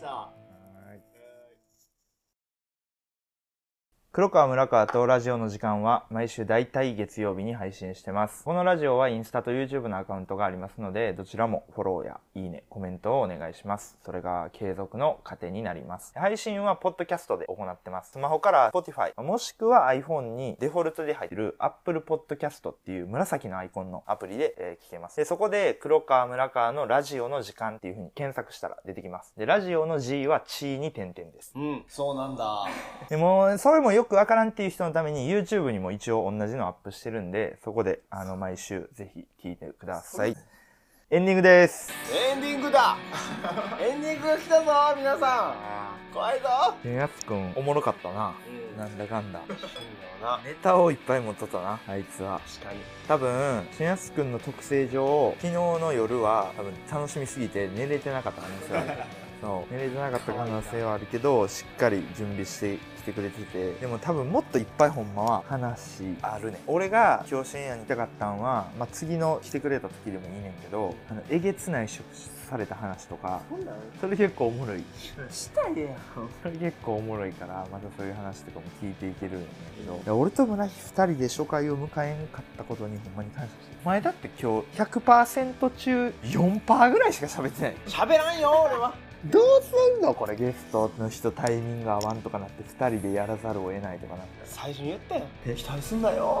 黒川村川とラジオの時間は毎週だいたい月曜日に配信してます。このラジオはインスタと YouTube のアカウントがありますので、どちらもフォローやいいね、コメントをお願いします。それが継続の糧になります。配信はポッドキャストで行ってます。スマホから Spotify、もしくは iPhone にデフォルトで入っている Apple Podcast っていう紫のアイコンのアプリで、えー、聞けます。で、そこで黒川村川のラジオの時間っていう風に検索したら出てきます。で、ラジオの G はチーに点々です。 うん、そうなんだ。 でも、それもよくわからんっていう人のために YouTube にも一応同じのアップしてるんで、そこであの毎週ぜひ聞いてください。エンディングです。 エンディングだエンディングが来たぞ皆さん怖いぞ俊安くんおもろかったな、うん、なんだかんだなネタをいっぱい持っとったなあいつは。 確かに多分俊安くんの特性上昨日の夜は多分楽しみすぎて寝れてなかった可能性はあるそう寝れてなかった可能性はあるけどしっかり準備してきてくれてて、でも多分もっといっぱいほんまは話あるね。俺が今日深夜に言いたかったんは、まあ、次の来てくれた時でもいいねんけど、あのえげつない食された話とか、それ結構おもろいしたいやんそれ結構おもろいからまたそういう話とかも聞いていけるんだけど、俺と村木ふたりで初回を迎えんかったことにほんまに感謝してる。お前だって今日 ひゃくパーセント 中 よんパーセント ぐらいしか喋ってない。 喋らんよ俺はどうすんのこれ、ゲストの人タイミング合わんとかなってふたりでやらざるを得ないとかなって最初に言ったよ期待すんなよ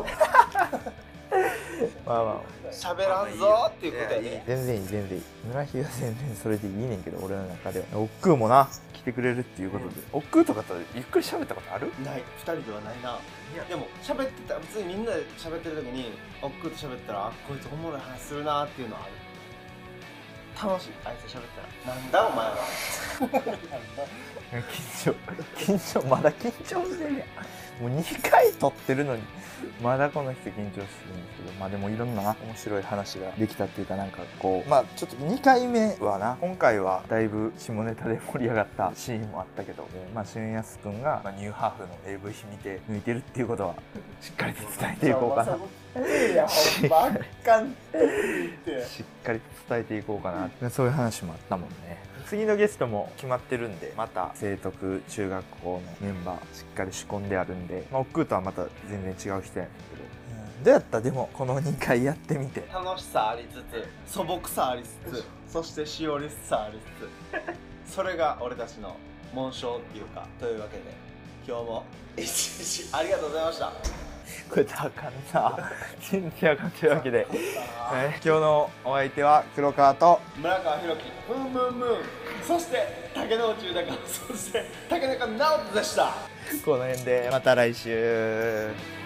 まあまあ喋らんぞっていうことやね。 全然いい全然いい。村木は全然それでいいねんけど、俺の中ではおっくうもな来てくれるっていうことで、おっくうとかとゆっくり喋ったことある？ ない。ふたりではないな。いやでも喋ってた、普通にみんなで喋ってる時におっくうと喋ったら、あこいつおもろい話するなっていうのはある。楽しい。あいつ喋ったらなんだお前は緊張緊張まだ緊張してるやん。 もうにかい撮ってるのにまだこの人緊張してるんですけど、まあでもいろんな面白い話ができたっていうか、なんかこうまあちょっとにかいめはな、今回はだいぶ下ネタで盛り上がったシーンもあったけど、まあ俊康くんが、まあ、ニューハーフの エーブイ 見て抜いてるっていうことはしっかりと伝えていこうかな。 いやほんまあかんってしっかりと伝えていこうかな。そういう話もあったもんね。次のゲストも決まってるんで、また聖徳中学校のメンバーしっかり仕込んであるんで、まあ、奥とはまた全然違う人やねんけど、うん、どうやったでもこのにかいやってみて。 楽しさありつつ素朴さありつつそしてしおりさありつつそれが俺たちの紋章っていうか、というわけで今日も一日ありがとうございました。 これあかんな全然あかん。というわけで、えー、今日のお相手は黒川と村川弘樹ムーンムーンムーン、そして竹野内豊、そして竹中直人でした。 この辺でまた来週。